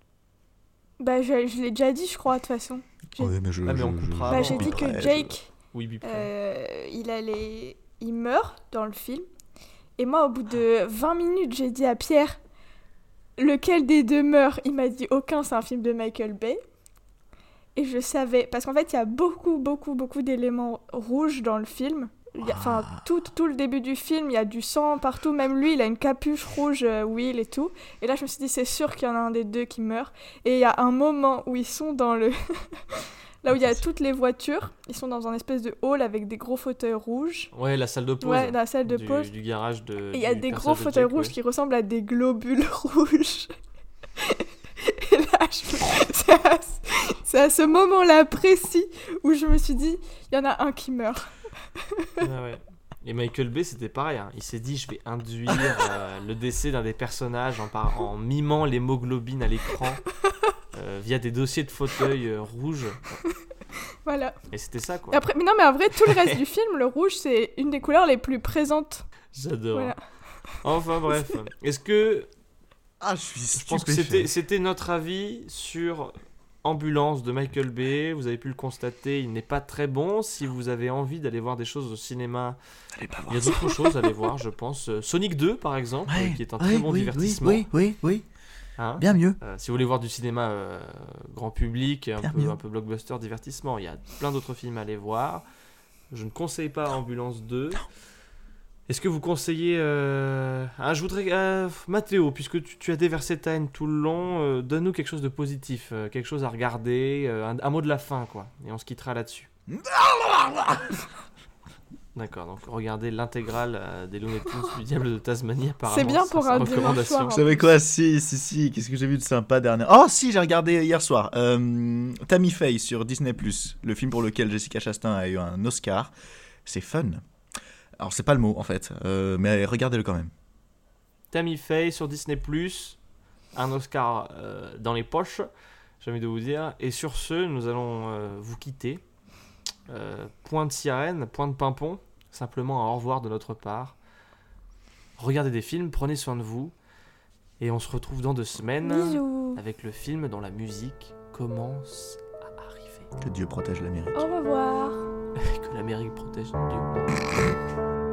Bah, je, je l'ai déjà dit, je crois, de toute façon. J'ai- Oui, mais je, Ah, mais on je- coupera je- Bah, avant. j'ai dit couperai, que je- Jake, Oui, bip. euh, il allait... Il meurt dans le film. Et moi, au bout de vingt minutes, j'ai dit à Pierre, lequel des deux meurt? Il m'a dit, aucun, c'est un film de Michael Bay. Et je savais... Parce qu'en fait, il y a beaucoup, beaucoup, beaucoup d'éléments rouges dans le film. Il y a- Enfin, tout, tout le début du film, il y a du sang partout. Même lui, il a une capuche rouge, euh, Will et tout. Et là, je me suis dit, c'est sûr qu'il y en a un des deux qui meurt. Et il y a un moment où ils sont dans le... Là où il y a toutes les voitures. Ils sont dans un espèce de hall avec des gros fauteuils rouges. Ouais, la salle de pause. Ouais, dans la salle de du, pause. du garage de. Et il y a du des personnage gros de fauteuils Jake, rouges ouais. qui ressemblent à des globules rouges. Et là, je... c'est, à... c'est à ce moment-là précis où je me suis dit, il y en a un qui meurt. Ouais, ouais. Et Michael Bay, c'était pareil. hein. Il s'est dit, je vais induire euh, le décès d'un des personnages en, par... en mimant l'hémoglobine à l'écran euh, via des dossiers de fauteuil euh, rouges. Voilà. Et c'était ça, quoi. Et après, mais non, mais en vrai, tout le reste du film, le rouge, c'est une des couleurs les plus présentes. J'adore. Voilà. Enfin, bref. Est-ce que. Ah, je suis Je pense que c'était, c'était notre avis sur Ambulance de Michael Bay. Vous avez pu le constater, il n'est pas très bon. Si vous avez envie d'aller voir des choses au cinéma, Allez pas il y a d'autres choses à aller voir, je pense. Euh, Sonic deux, par exemple, Ouais, euh, qui est un très ouais, bon oui, divertissement. Oui, oui, oui, Hein. bien mieux. Euh, si vous voulez voir du cinéma euh, grand public, un Bien peu, mieux. un peu blockbuster, divertissement, il y a plein d'autres films à aller voir. Je ne conseille pas Ambulance deux. Est-ce que vous conseillez... Euh... Ah, je voudrais... Euh, Mathéo, puisque tu, tu as déversé ta haine tout le long, euh, donne-nous quelque chose de positif, euh, quelque chose à regarder, euh, un, un mot de la fin, quoi. Et on se quittera là-dessus. D'accord, donc regardez l'intégrale euh, des Looney Tunes du Diable de Tasmanie, apparemment. C'est bien pour sa un dimanche recommandation. soir, Vous savez quoi? Si, si, si. Qu'est-ce que j'ai vu de sympa dernière? Oh, si, j'ai regardé hier soir. Euh, Tammy Faye sur Disney plus, le film pour lequel Jessica Chastain a eu un Oscar. C'est fun. Alors, c'est pas le mot, en fait. Euh, mais regardez-le quand même. Tammy Faye sur Disney plus, un Oscar euh, dans les poches, j'ai envie de vous dire. Et sur ce, nous allons euh, vous quitter. Euh, point de sirène, point de pimpon, simplement un au revoir de notre part. Regardez des films, prenez soin de vous. Et on se retrouve dans deux semaines Bisous. avec le film dont la musique commence à arriver. Que Dieu protège l'Amérique. Au revoir. Que l'Amérique protège Dieu.